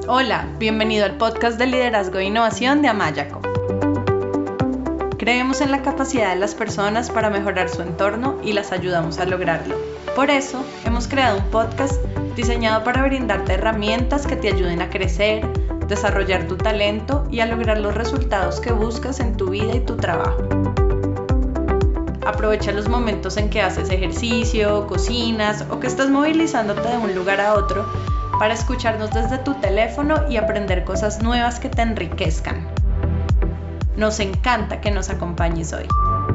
Hola, bienvenido al podcast de liderazgo e innovación de Amayaco. Creemos en la capacidad de las personas para mejorar su entorno y las ayudamos a lograrlo. Por eso, hemos creado un podcast diseñado para brindarte herramientas que te ayuden a crecer, desarrollar tu talento y a lograr los resultados que buscas en tu vida y tu trabajo. Aprovecha los momentos en que haces ejercicio, cocinas o que estás movilizándote de un lugar a otro para escucharnos desde tu teléfono y aprender cosas nuevas que te enriquezcan. Nos encanta que nos acompañes hoy.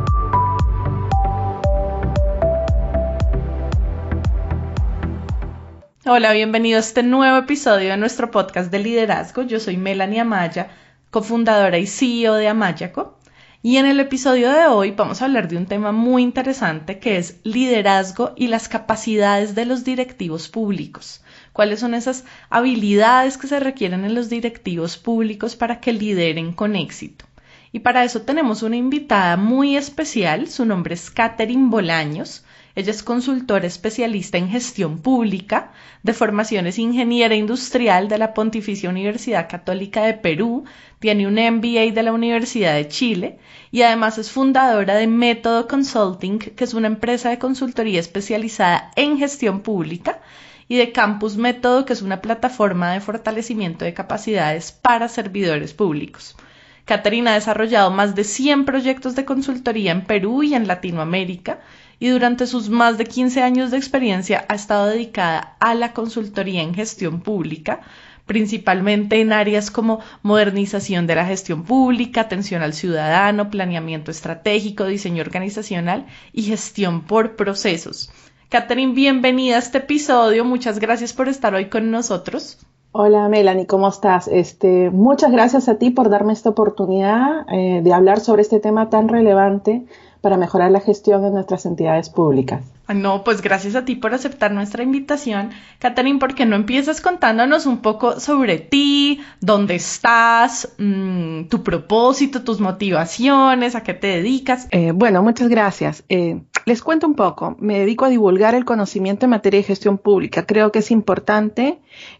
Hola, bienvenido a este nuevo episodio de nuestro podcast de liderazgo. Yo soy Melanie Amaya, cofundadora y CEO de Amayaco. Y en el episodio de hoy vamos a hablar de un tema muy interesante que es liderazgo y las capacidades de los directivos públicos. ¿Cuáles son esas habilidades que se requieren en los directivos públicos para que lideren con éxito? Y para eso tenemos una invitada muy especial, su nombre es Catherine Bolaños. Ella es consultora especialista en gestión pública, de formación es ingeniera industrial de la Pontificia Universidad Católica de Perú, tiene un MBA de la Universidad de Chile y además es fundadora de Método Consulting, que es una empresa de consultoría especializada en gestión pública, y de Campus Método, que es una plataforma de fortalecimiento de capacidades para servidores públicos. Catherine ha desarrollado más de 100 proyectos de consultoría en Perú y en Latinoamérica, y durante sus más de 15 años de experiencia ha estado dedicada a la consultoría en gestión pública, principalmente en áreas como modernización de la gestión pública, atención al ciudadano, planeamiento estratégico, diseño organizacional y gestión por procesos. Catherine, bienvenida a este episodio. Muchas gracias por estar hoy con nosotros. Hola Melanie, ¿cómo estás? Muchas gracias a ti por darme esta oportunidad de hablar sobre este tema tan relevante para mejorar la gestión en nuestras entidades públicas. No, pues gracias a ti por aceptar nuestra invitación. Catherine, ¿por qué no empiezas contándonos un poco sobre ti, dónde estás, tu propósito, tus motivaciones, a qué te dedicas? Bueno, muchas gracias. Les cuento un poco. Me dedico a divulgar el conocimiento en materia de gestión pública. Creo que es importante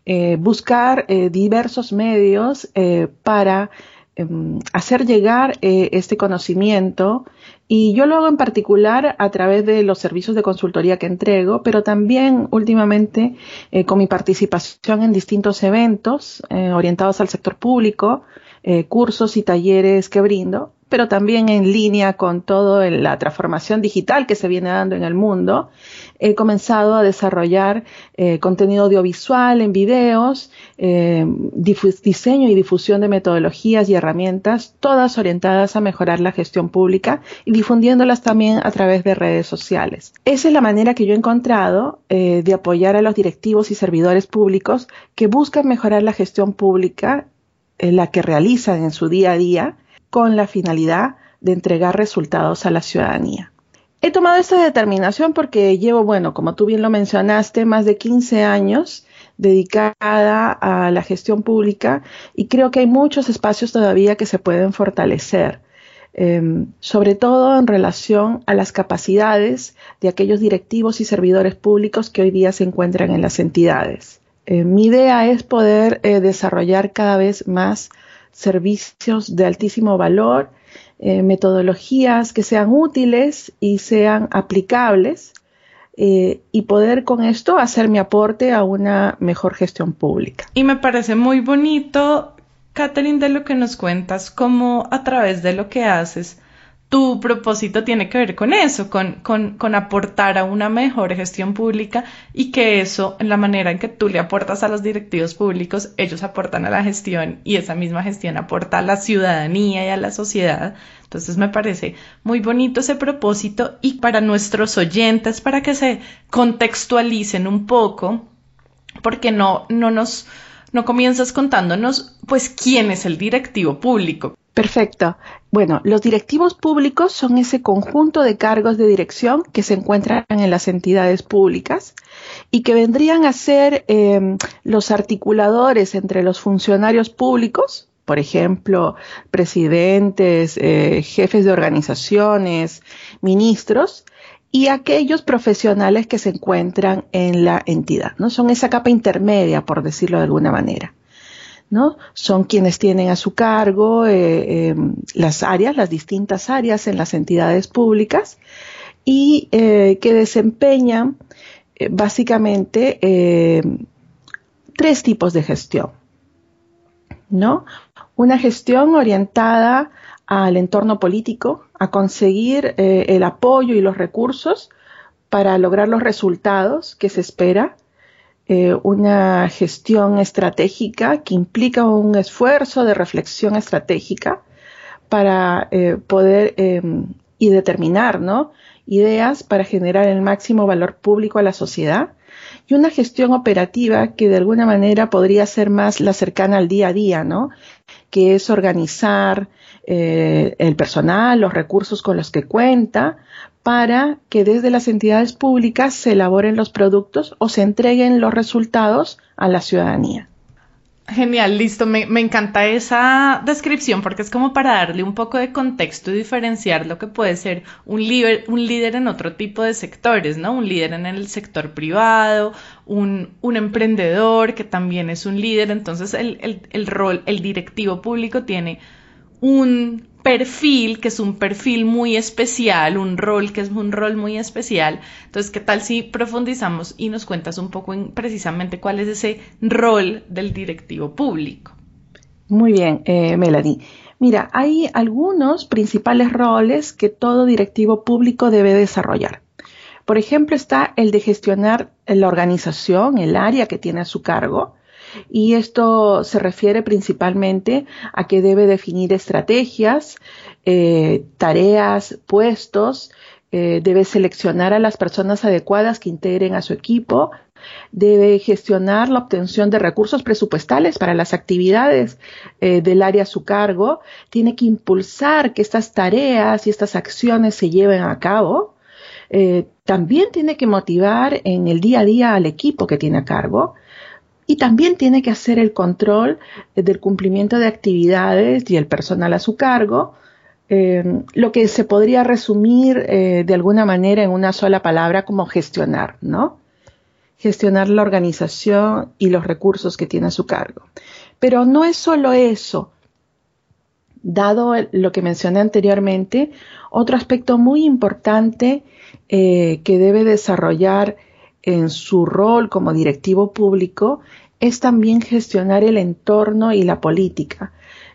buscar diversos medios para hacer llegar este conocimiento, y yo lo hago en particular a través de los servicios de consultoría que entrego, pero también últimamente con mi participación en distintos eventos orientados al sector público, cursos y talleres que brindo, pero también en línea con toda la transformación digital que se viene dando en el mundo. He comenzado a desarrollar contenido audiovisual en videos, diseño y difusión de metodologías y herramientas, todas orientadas a mejorar la gestión pública y difundiéndolas también a través de redes sociales. Esa es la manera que yo he encontrado de apoyar a los directivos y servidores públicos que buscan mejorar la gestión pública, la que realizan en su día a día, con la finalidad de entregar resultados a la ciudadanía. He tomado esta determinación porque llevo, como tú bien lo mencionaste, más de 15 años dedicada a la gestión pública, y creo que hay muchos espacios todavía que se pueden fortalecer, sobre todo en relación a las capacidades de aquellos directivos y servidores públicos que hoy día se encuentran en las entidades. Mi idea es poder desarrollar cada vez más servicios de altísimo valor, metodologías que sean útiles y sean aplicables, y poder con esto hacer mi aporte a una mejor gestión pública. Y me parece muy bonito, Catherine, de lo que nos cuentas, cómo a través de lo que haces, tu propósito tiene que ver con eso, con aportar a una mejor gestión pública, y que eso, en la manera en que tú le aportas a los directivos públicos, ellos aportan a la gestión y esa misma gestión aporta a la ciudadanía y a la sociedad. Entonces me parece muy bonito ese propósito, y para nuestros oyentes, para que se contextualicen un poco, porque no comienzas contándonos pues quién es el directivo público. Perfecto. Bueno, los directivos públicos son ese conjunto de cargos de dirección que se encuentran en las entidades públicas y que vendrían a ser los articuladores entre los funcionarios públicos, por ejemplo, presidentes, jefes de organizaciones, ministros, y aquellos profesionales que se encuentran en la entidad, ¿no? Son esa capa intermedia, por decirlo de alguna manera. ¿no? Son quienes tienen a su cargo las distintas áreas en las entidades públicas y que desempeñan básicamente tres tipos de gestión, ¿no? Una gestión orientada al entorno político, a conseguir el apoyo y los recursos para lograr los resultados que se espera. Una gestión estratégica que implica un esfuerzo de reflexión estratégica para poder y determinar, ¿no?, ideas para generar el máximo valor público a la sociedad, y una gestión operativa que de alguna manera podría ser más la cercana al día a día, ¿no?, que es organizar el personal, los recursos con los que cuenta, para que desde las entidades públicas se elaboren los productos o se entreguen los resultados a la ciudadanía. Genial, listo. Me encanta esa descripción porque es como para darle un poco de contexto y diferenciar lo que puede ser un líder en otro tipo de sectores, ¿no? Un líder en el sector privado, un emprendedor que también es un líder. Entonces el rol, el directivo público tiene un perfil que es un perfil muy especial, un rol que es un rol muy especial. Entonces, ¿qué tal si profundizamos y nos cuentas un poco en precisamente cuál es ese rol del directivo público? Muy bien, Melanie. Mira, hay algunos principales roles que todo directivo público debe desarrollar. Por ejemplo, está el de gestionar la organización, el área que tiene a su cargo. Y esto se refiere principalmente a que debe definir estrategias, tareas, puestos, debe seleccionar a las personas adecuadas que integren a su equipo, debe gestionar la obtención de recursos presupuestales para las actividades del área a su cargo, tiene que impulsar que estas tareas y estas acciones se lleven a cabo, también tiene que motivar en el día a día al equipo que tiene a cargo, y también tiene que hacer el control del cumplimiento de actividades y el personal a su cargo, lo que se podría resumir de alguna manera en una sola palabra como gestionar, ¿no? Gestionar la organización y los recursos que tiene a su cargo. Pero no es solo eso. Dado lo que mencioné anteriormente, otro aspecto muy importante que debe desarrollar en su rol como directivo público es también gestionar el entorno y la política.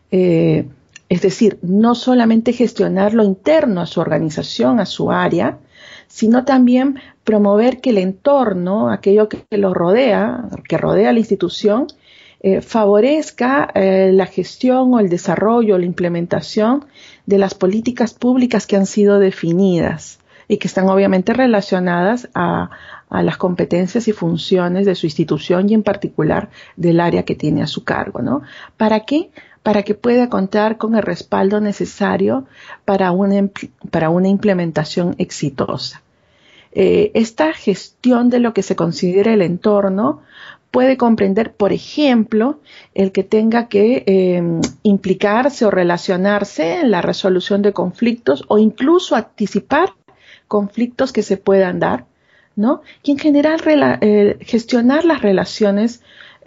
Es decir, no solamente gestionar lo interno a su organización, a su área, sino también promover que el entorno, aquello que lo rodea, que rodea a la institución, favorezca la gestión o el desarrollo o la implementación de las políticas públicas que han sido definidas y que están obviamente relacionadas a las competencias y funciones de su institución y en particular del área que tiene a su cargo, ¿no? ¿Para qué? Para que pueda contar con el respaldo necesario para una implementación exitosa. Esta gestión de lo que se considera el entorno puede comprender, por ejemplo, el que tenga que implicarse o relacionarse en la resolución de conflictos o incluso anticipar conflictos que se puedan dar, ¿no? Y en general gestionar las relaciones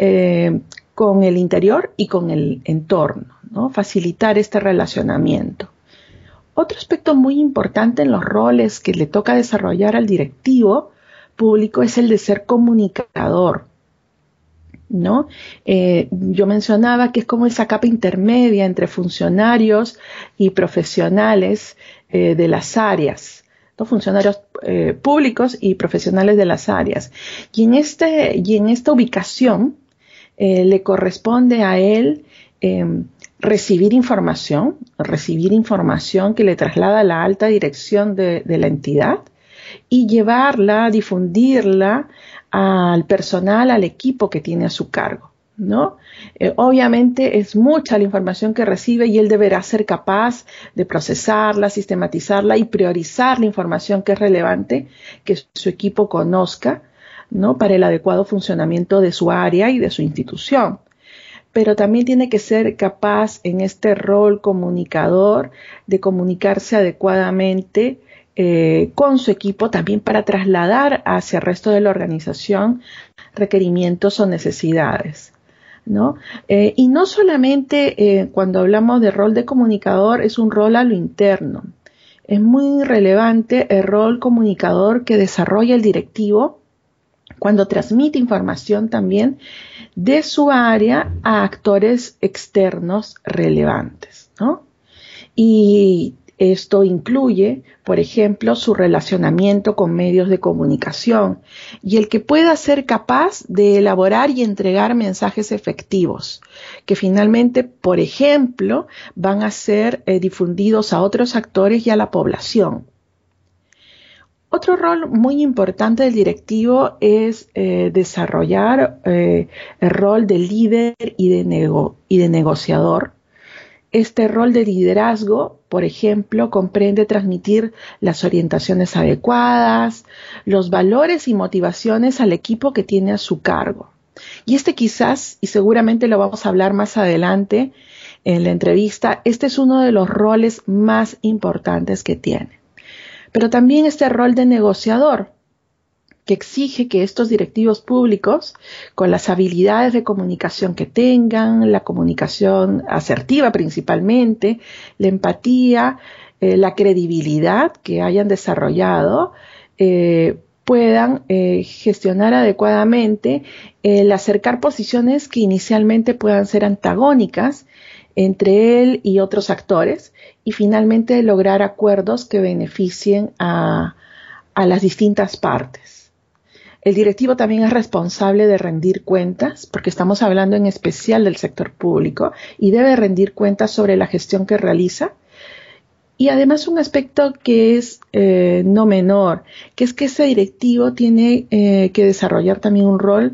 con el interior y con el entorno, ¿no? Facilitar este relacionamiento. Otro aspecto muy importante en los roles que le toca desarrollar al directivo público es el de ser comunicador, ¿no? Yo mencionaba que es como esa capa intermedia entre funcionarios y profesionales de las áreas, ¿no? Funcionarios públicos y profesionales de las áreas. Y en esta ubicación le corresponde a él recibir información que le traslada a la alta dirección de la entidad y llevarla, difundirla al personal, al equipo que tiene a su cargo, ¿no? Obviamente es mucha la información que recibe y él deberá ser capaz de procesarla, sistematizarla y priorizar la información que es relevante que su equipo conozca, ¿no? Para el adecuado funcionamiento de su área y de su institución. Pero también tiene que ser capaz en este rol comunicador de comunicarse adecuadamente con su equipo también para trasladar hacia el resto de la organización requerimientos o necesidades, ¿no? Y no solamente cuando hablamos de rol de comunicador es un rol a lo interno. Es muy relevante el rol comunicador que desarrolla el directivo cuando transmite información también de su área a actores externos relevantes, ¿no? Y esto incluye, por ejemplo, su relacionamiento con medios de comunicación y el que pueda ser capaz de elaborar y entregar mensajes efectivos, que finalmente, por ejemplo, van a ser difundidos a otros actores y a la población. Otro rol muy importante del directivo es desarrollar el rol de líder y de negociador. Este rol de liderazgo, por ejemplo, comprende transmitir las orientaciones adecuadas, los valores y motivaciones al equipo que tiene a su cargo. Y quizás, y seguramente lo vamos a hablar más adelante en la entrevista, este es uno de los roles más importantes que tiene. Pero también este rol de negociador, que exige que estos directivos públicos, con las habilidades de comunicación que tengan, la comunicación asertiva principalmente, la empatía, la credibilidad que hayan desarrollado, puedan gestionar adecuadamente el acercar posiciones que inicialmente puedan ser antagónicas entre él y otros actores y finalmente lograr acuerdos que beneficien a las distintas partes. El directivo también es responsable de rendir cuentas, porque estamos hablando en especial del sector público, y debe rendir cuentas sobre la gestión que realiza. Y además un aspecto que es no menor, que es que ese directivo tiene que desarrollar también un rol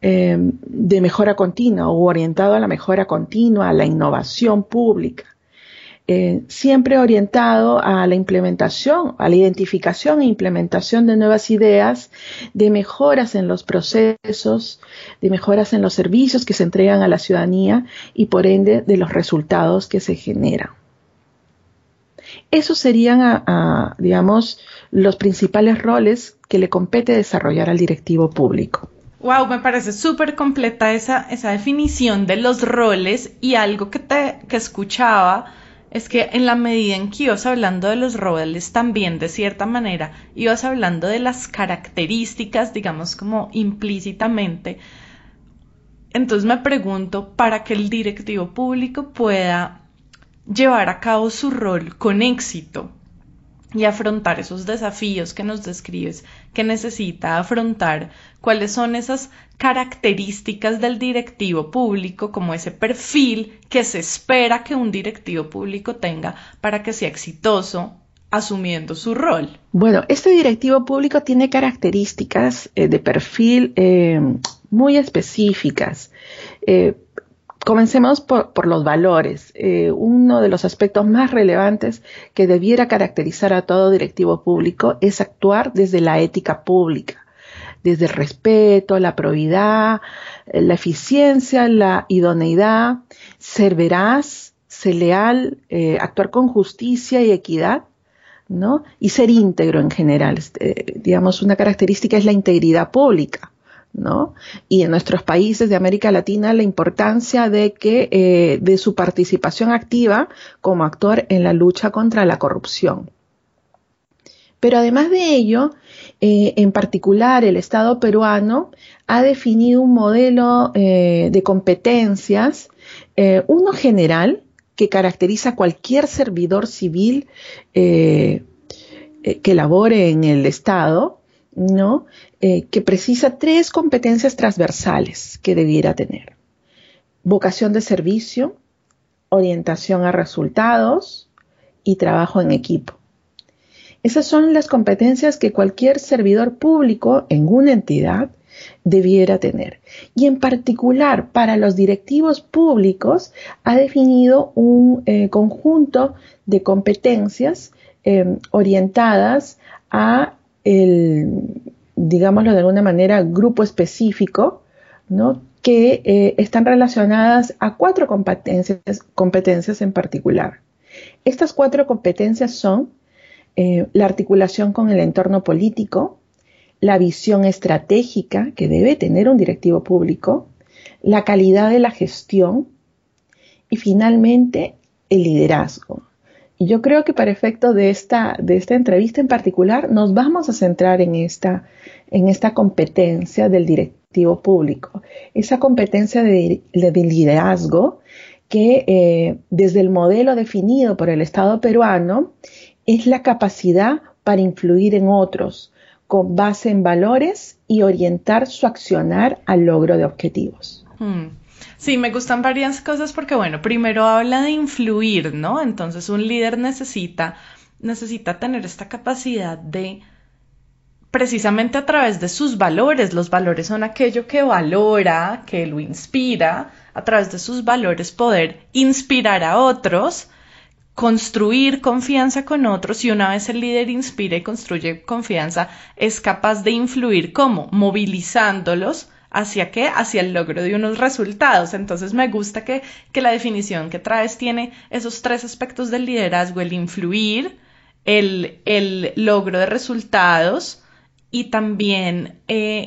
de mejora continua o orientado a la mejora continua, a la innovación pública. Siempre orientado a la implementación, a la identificación e implementación de nuevas ideas, de mejoras en los procesos, de mejoras en los servicios que se entregan a la ciudadanía y por ende de los resultados que se generan. Esos serían, digamos, los principales roles que le compete desarrollar al directivo público. Wow, me parece súper completa esa definición de los roles, y algo que escuchaba es que en la medida en que ibas hablando de los roles, también de cierta manera ibas hablando de las características, digamos como implícitamente. Entonces me pregunto, para que el directivo público pueda llevar a cabo su rol con éxito y afrontar esos desafíos que nos describes, que necesita afrontar, ¿cuáles son esas características del directivo público, como ese perfil que se espera que un directivo público tenga para que sea exitoso asumiendo su rol? Bueno, este directivo público tiene características de perfil muy específicas. Comencemos por los valores. Uno de los aspectos más relevantes que debiera caracterizar a todo directivo público es actuar desde la ética pública, desde el respeto, la probidad, la eficiencia, la idoneidad, ser veraz, ser leal, actuar con justicia y equidad, ¿no? Y ser íntegro en general. Digamos, una característica es la integridad pública, ¿no? Y en nuestros países de América Latina la importancia de su participación activa como actor en la lucha contra la corrupción. Pero además de ello, en particular el Estado peruano ha definido un modelo de competencias, uno general que caracteriza a cualquier servidor civil que labore en el Estado, ¿no? Que precisa 3 competencias transversales que debiera tener: vocación de servicio, orientación a resultados y trabajo en equipo. Esas son las competencias que cualquier servidor público en una entidad debiera tener. Y en particular para los directivos públicos ha definido un conjunto de competencias orientadas a digámoslo de alguna manera, grupo específico, ¿no? Que están relacionadas a 4 competencias en particular. Estas 4 competencias son la articulación con el entorno político, la visión estratégica que debe tener un directivo público, la calidad de la gestión y finalmente el liderazgo. Y yo creo que para efecto de esta entrevista en particular nos vamos a centrar en esta competencia del directivo público, esa competencia de liderazgo que desde el modelo definido por el Estado peruano es la capacidad para influir en otros con base en valores y orientar su accionar al logro de objetivos. Sí, me gustan varias cosas porque, bueno, primero habla de influir, ¿no? Entonces un líder necesita tener esta capacidad de, precisamente a través de sus valores, los valores son aquello que valora, que lo inspira, a través de sus valores poder inspirar a otros, construir confianza con otros, y una vez el líder inspira y construye confianza, es capaz de influir, ¿cómo? Movilizándolos. ¿Hacia qué? Hacia el logro de unos resultados. Entonces me gusta que la definición que traes tiene esos tres aspectos del liderazgo: el influir, el logro de resultados, y también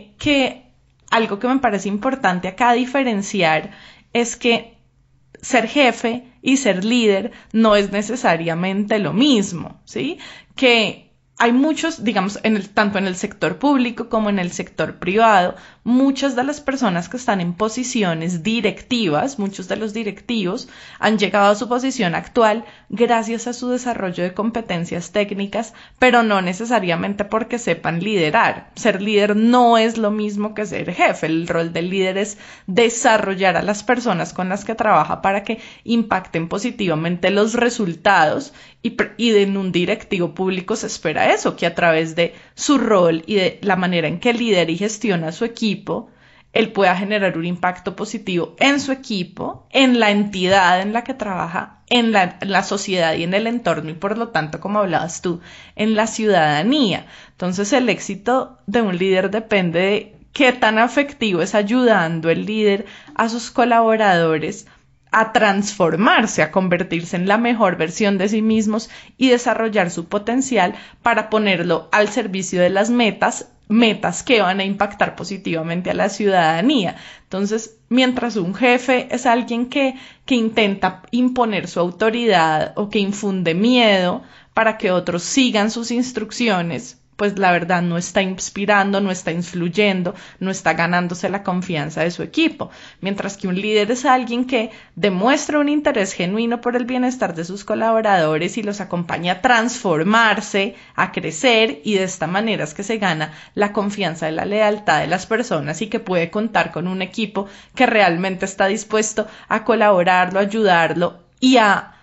que algo que me parece importante acá diferenciar es que ser jefe y ser líder no es necesariamente lo mismo, ¿sí? Que hay muchos, digamos, tanto en el sector público como en el sector privado, muchas de las personas que están en posiciones directivas, muchos de los directivos han llegado a su posición actual gracias a su desarrollo de competencias técnicas, pero no necesariamente porque sepan liderar. Ser líder no es lo mismo que ser jefe. El rol del líder es desarrollar a las personas con las que trabaja para que impacten positivamente los resultados, y en un directivo público se espera eso, que a través de su rol y de la manera en que lidera y gestiona su equipo, él pueda generar un impacto positivo en su equipo, en la entidad en la que trabaja, en la sociedad y en el entorno, y por lo tanto, como hablabas tú, en la ciudadanía. Entonces el éxito de un líder depende de qué tan afectivo es ayudando el líder a sus colaboradores a transformarse, a convertirse en la mejor versión de sí mismos y desarrollar su potencial para ponerlo al servicio de las metas que van a impactar positivamente a la ciudadanía. Entonces, mientras un jefe es alguien que intenta imponer su autoridad o que infunde miedo para que otros sigan sus instrucciones, pues la verdad no está inspirando, no está influyendo, no está ganándose la confianza de su equipo. Mientras que un líder es alguien que demuestra un interés genuino por el bienestar de sus colaboradores y los acompaña a transformarse, a crecer, y de esta manera es que se gana la confianza y la lealtad de las personas, y que puede contar con un equipo que realmente está dispuesto a colaborarlo, a ayudarlo y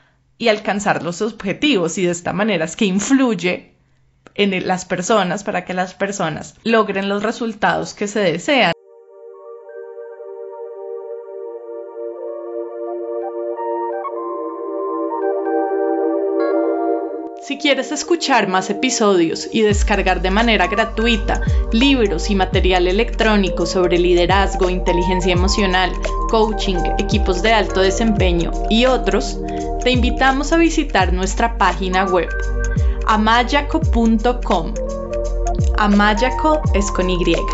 alcanzar los objetivos, y de esta manera es que influye en las personas para que las personas logren los resultados que se desean. Si quieres escuchar más episodios y descargar de manera gratuita libros y material electrónico sobre liderazgo, inteligencia emocional, coaching, equipos de alto desempeño y otros, te invitamos a visitar nuestra página web amayaco.com. Amayaco es con Y.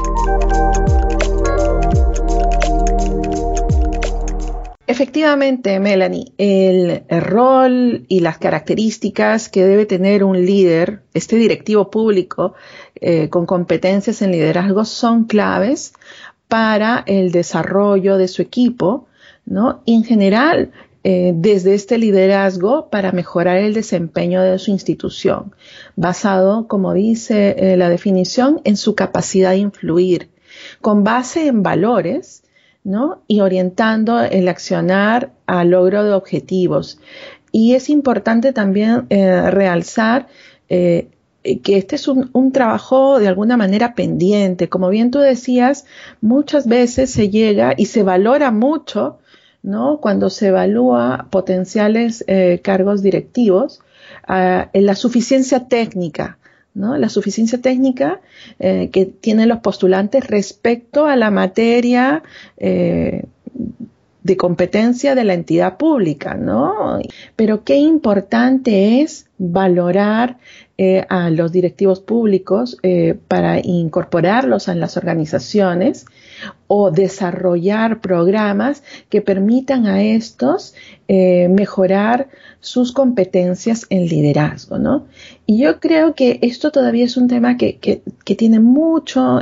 Efectivamente, Melanie, el rol y las características que debe tener un líder, este directivo público con competencias en liderazgo, son claves para el desarrollo de su equipo, ¿no? Y en general, desde este liderazgo para mejorar el desempeño de su institución, basado, como dice la definición, en su capacidad de influir, con base en valores, ¿no? Y orientando el accionar al logro de objetivos. Y es importante también realzar que este es un trabajo de alguna manera pendiente. Como bien tú decías, muchas veces se llega y se valora mucho, ¿no? Cuando se evalúa potenciales cargos directivos, en la suficiencia técnica, ¿no? La suficiencia técnica que tienen los postulantes respecto a la materia de competencia de la entidad pública, ¿no? Pero qué importante es valorar a los directivos públicos para incorporarlos en las organizaciones o desarrollar programas que permitan a estos mejorar sus competencias en liderazgo, ¿no? Y yo creo que esto todavía es un tema que tiene mucho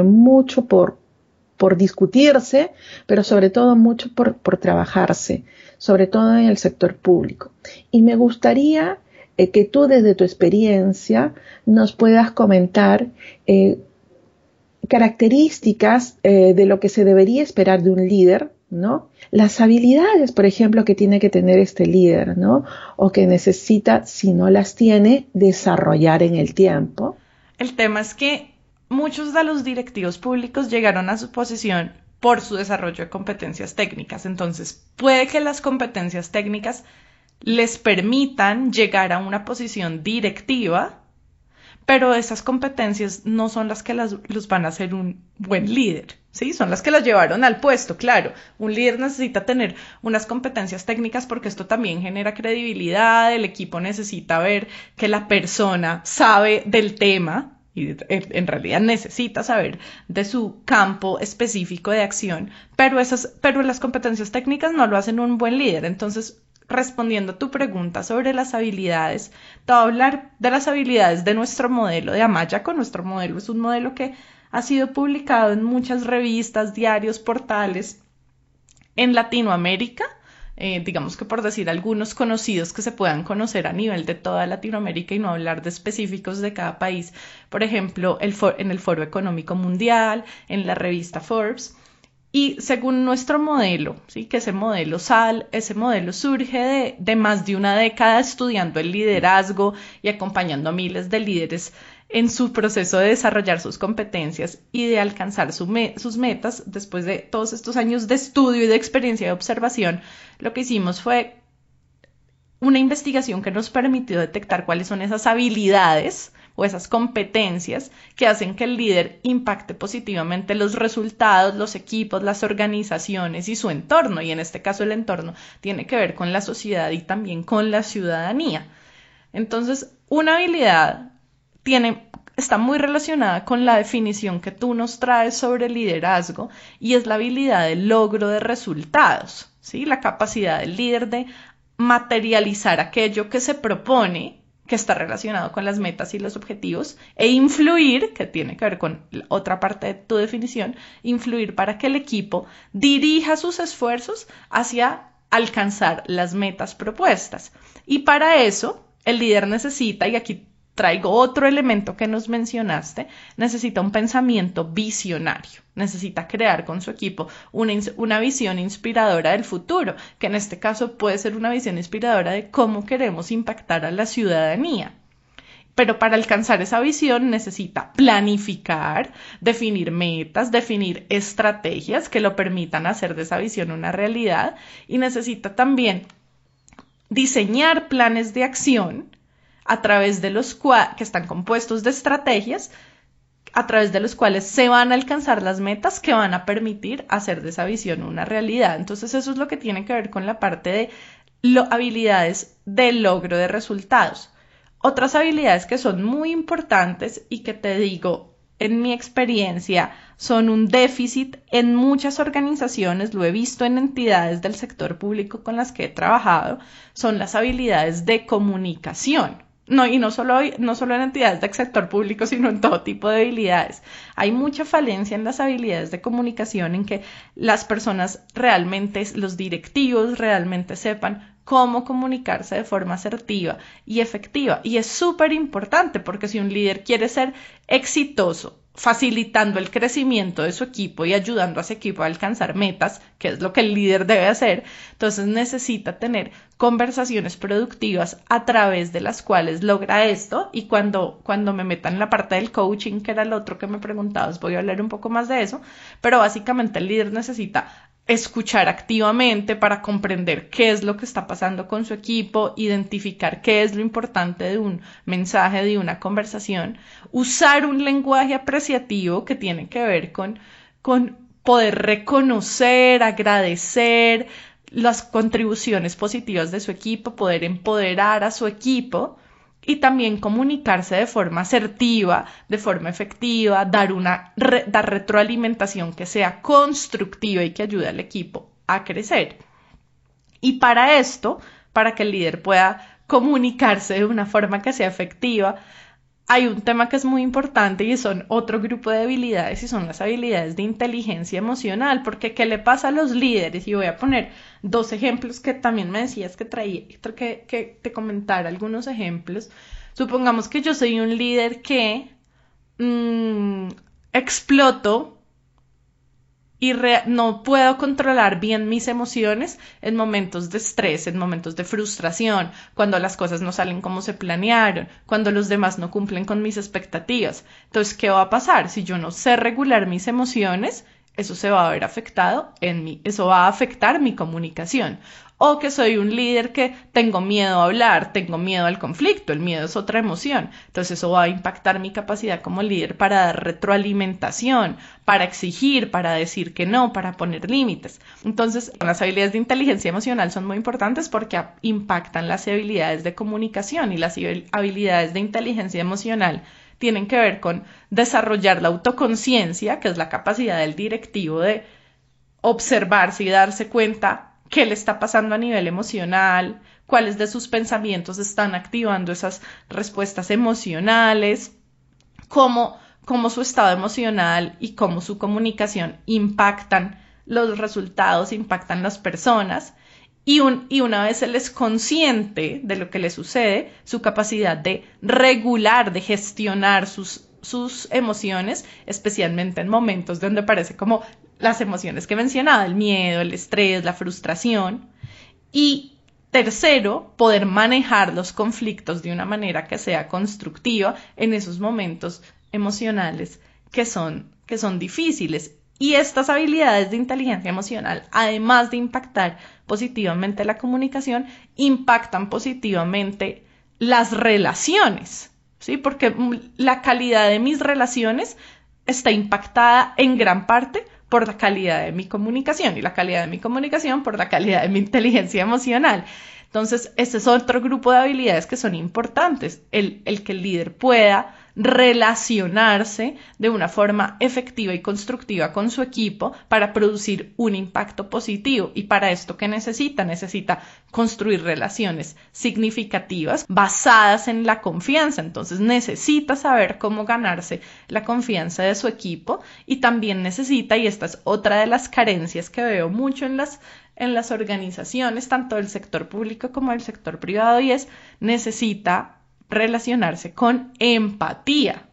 por discutirse, pero sobre todo mucho por trabajarse, sobre todo en el sector público. Y me gustaría que tú desde tu experiencia nos puedas comentar características de lo que se debería esperar de un líder, ¿no? Las habilidades, por ejemplo, que tiene que tener este líder, ¿no? O que necesita, si no las tiene, desarrollar en el tiempo. El tema es que muchos de los directivos públicos llegaron a su posición por su desarrollo de competencias técnicas. Entonces, puede que las competencias técnicas les permitan llegar a una posición directiva, pero esas competencias no son las que los van a hacer un buen líder, ¿sí? Son las que las llevaron al puesto, claro. Un líder necesita tener unas competencias técnicas porque esto también genera credibilidad, el equipo necesita ver que la persona sabe del tema y en realidad necesita saber de su campo específico de acción, pero las competencias técnicas no lo hacen un buen líder. Entonces, respondiendo a tu pregunta sobre las habilidades, te voy a hablar de las habilidades de nuestro modelo de Amayaco. Nuestro modelo es un modelo que ha sido publicado en muchas revistas, diarios, portales en Latinoamérica. Digamos que por decir algunos conocidos que se puedan conocer a nivel de toda Latinoamérica y no hablar de específicos de cada país. Por ejemplo, en el Foro Económico Mundial, en la revista Forbes. Y según nuestro modelo, ¿sí? Que ese modelo surge de más de una década estudiando el liderazgo y acompañando a miles de líderes en su proceso de desarrollar sus competencias y de alcanzar sus metas. Después de todos estos años de estudio y de experiencia de observación, lo que hicimos fue una investigación que nos permitió detectar cuáles son esas habilidades o esas competencias que hacen que el líder impacte positivamente los resultados, los equipos, las organizaciones y su entorno. Y en este caso el entorno tiene que ver con la sociedad y también con la ciudadanía. Entonces, una habilidad está muy relacionada con la definición que tú nos traes sobre liderazgo y es la habilidad del logro de resultados, ¿sí? La capacidad del líder de materializar aquello que se propone, que está relacionado con las metas y los objetivos, e influir, que tiene que ver con la otra parte de tu definición, influir para que el equipo dirija sus esfuerzos hacia alcanzar las metas propuestas. Y para eso, el líder necesita, y aquí traigo otro elemento que nos mencionaste, necesita un pensamiento visionario, necesita crear con su equipo una visión inspiradora del futuro, que en este caso puede ser una visión inspiradora de cómo queremos impactar a la ciudadanía. Pero para alcanzar esa visión necesita planificar, definir metas, definir estrategias que lo permitan hacer de esa visión una realidad y necesita también diseñar planes de acción a través de que están compuestos de estrategias, a través de los cuales se van a alcanzar las metas que van a permitir hacer de esa visión una realidad. Entonces eso es lo que tiene que ver con la parte de habilidades de logro de resultados. Otras habilidades que son muy importantes y que te digo, en mi experiencia, son un déficit en muchas organizaciones, lo he visto en entidades del sector público con las que he trabajado, son las habilidades de comunicación. Y no solo en entidades del sector público, sino en todo tipo de habilidades. Hay mucha falencia en las habilidades de comunicación, en que las personas realmente, los directivos realmente sepan cómo comunicarse de forma asertiva y efectiva. Y es súper importante porque si un líder quiere ser exitoso, facilitando el crecimiento de su equipo y ayudando a ese equipo a alcanzar metas, que es lo que el líder debe hacer, entonces necesita tener conversaciones productivas a través de las cuales logra esto. Y cuando me meta en la parte del coaching, que era el otro que me preguntabas, voy a hablar un poco más de eso, pero básicamente el líder necesita escuchar activamente para comprender qué es lo que está pasando con su equipo, identificar qué es lo importante de un mensaje, de una conversación, usar un lenguaje apreciativo que tiene que ver con poder reconocer, agradecer las contribuciones positivas de su equipo, poder empoderar a su equipo y también comunicarse de forma asertiva, de forma efectiva, dar retroalimentación que sea constructiva y que ayude al equipo a crecer. Y para esto, para que el líder pueda comunicarse de una forma que sea efectiva, hay un tema que es muy importante y son otro grupo de habilidades y son las habilidades de inteligencia emocional, porque ¿qué le pasa a los líderes? Y voy a poner 2 ejemplos que también me decías que te comentara algunos ejemplos. Supongamos que yo soy un líder que exploto y no puedo controlar bien mis emociones en momentos de estrés, en momentos de frustración, cuando las cosas no salen como se planearon, cuando los demás no cumplen con mis expectativas. Entonces, ¿qué va a pasar? Si yo no sé regular mis emociones, eso se va a ver afectado en mí, eso va a afectar mi comunicación. O que soy un líder que tengo miedo a hablar, tengo miedo al conflicto, el miedo es otra emoción. Entonces eso va a impactar mi capacidad como líder para dar retroalimentación, para exigir, para decir que no, para poner límites. Entonces las habilidades de inteligencia emocional son muy importantes porque impactan las habilidades de comunicación y las habilidades de inteligencia emocional tienen que ver con desarrollar la autoconciencia, que es la capacidad del directivo de observarse y darse cuenta qué le está pasando a nivel emocional, cuáles de sus pensamientos están activando esas respuestas emocionales, cómo su estado emocional y cómo su comunicación impactan los resultados, impactan las personas. Y una vez él es consciente de lo que le sucede, su capacidad de regular, de gestionar sus emociones, especialmente en momentos donde parece como las emociones que mencionaba, el miedo, el estrés, la frustración. Y tercero, poder manejar los conflictos de una manera que sea constructiva en esos momentos emocionales que son difíciles. Y estas habilidades de inteligencia emocional, además de impactar positivamente la comunicación, impactan positivamente las relaciones, ¿sí? Porque la calidad de mis relaciones está impactada en gran parte por la calidad de mi comunicación y la calidad de mi comunicación por la calidad de mi inteligencia emocional. Entonces, este es otro grupo de habilidades que son importantes, el que el líder pueda relacionarse de una forma efectiva y constructiva con su equipo para producir un impacto positivo. Y para esto, ¿qué necesita? Necesita construir relaciones significativas basadas en la confianza. Entonces necesita saber cómo ganarse la confianza de su equipo y también necesita, y esta es otra de las carencias que veo mucho en las organizaciones, tanto del sector público como del sector privado, y necesita relacionarse con empatía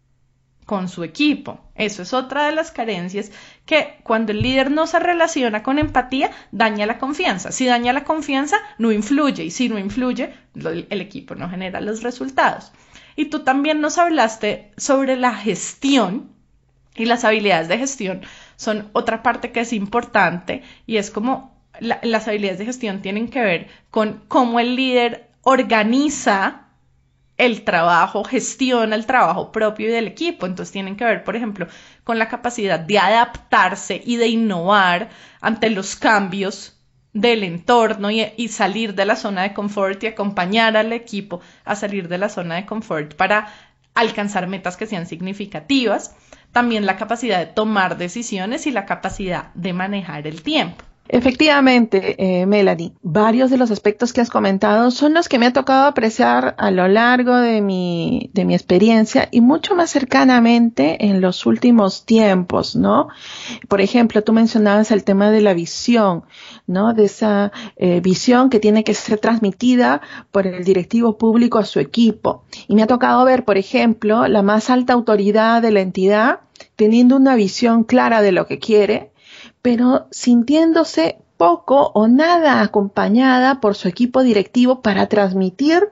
con su equipo. Eso es otra de las carencias, que cuando el líder no se relaciona con empatía, daña la confianza. Si daña la confianza, no influye, y si no influye, el equipo no genera los resultados. Y tú también nos hablaste sobre la gestión, y las habilidades de gestión son otra parte que es importante, y es como las habilidades de gestión tienen que ver con cómo el líder organiza el trabajo, gestiona el trabajo propio y del equipo. Entonces tienen que ver, por ejemplo, con la capacidad de adaptarse y de innovar ante los cambios del entorno y salir de la zona de confort y acompañar al equipo a salir de la zona de confort para alcanzar metas que sean significativas. También la capacidad de tomar decisiones y la capacidad de manejar el tiempo. Efectivamente, Melanie, varios de los aspectos que has comentado son los que me ha tocado apreciar a lo largo de mi experiencia y mucho más cercanamente en los últimos tiempos, ¿no? Por ejemplo, tú mencionabas el tema de la visión, ¿no? De esa visión que tiene que ser transmitida por el directivo público a su equipo. Y me ha tocado ver, por ejemplo, la más alta autoridad de la entidad teniendo una visión clara de lo que quiere, pero sintiéndose poco o nada acompañada por su equipo directivo para transmitir,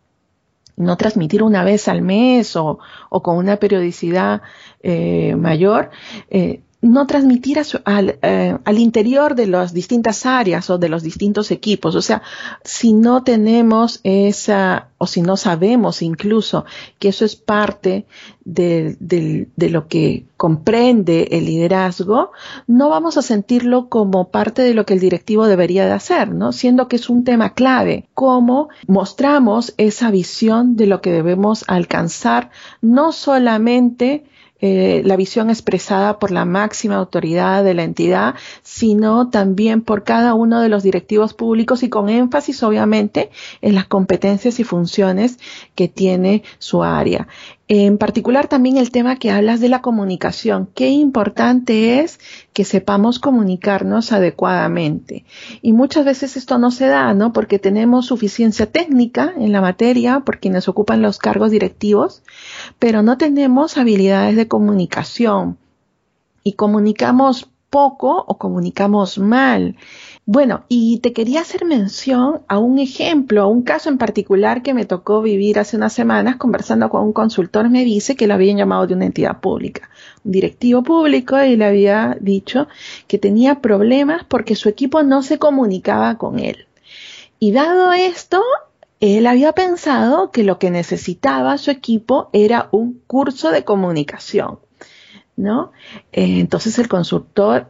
no transmitir una vez al mes o con una periodicidad mayor, no transmitir al interior de las distintas áreas o de los distintos equipos. O sea, si no tenemos o si no sabemos incluso que eso es parte de lo que comprende el liderazgo, no vamos a sentirlo como parte de lo que el directivo debería de hacer, ¿no? Siendo que es un tema clave, cómo mostramos esa visión de lo que debemos alcanzar, no solamente la visión expresada por la máxima autoridad de la entidad, sino también por cada uno de los directivos públicos y con énfasis, obviamente, en las competencias y funciones que tiene su área. En particular también el tema que hablas de la comunicación. Qué importante es que sepamos comunicarnos adecuadamente. Y muchas veces esto no se da, ¿no? Porque tenemos suficiencia técnica en la materia por quienes ocupan los cargos directivos, pero no tenemos habilidades de comunicación. Y comunicamos poco o comunicamos mal. Bueno, y te quería hacer mención a un ejemplo, a un caso en particular que me tocó vivir hace unas semanas conversando con un consultor. Me dice que lo habían llamado de una entidad pública, un directivo público, y le había dicho que tenía problemas porque su equipo no se comunicaba con él. Y dado esto, él había pensado que lo que necesitaba su equipo era un curso de comunicación, ¿no? Entonces el consultor,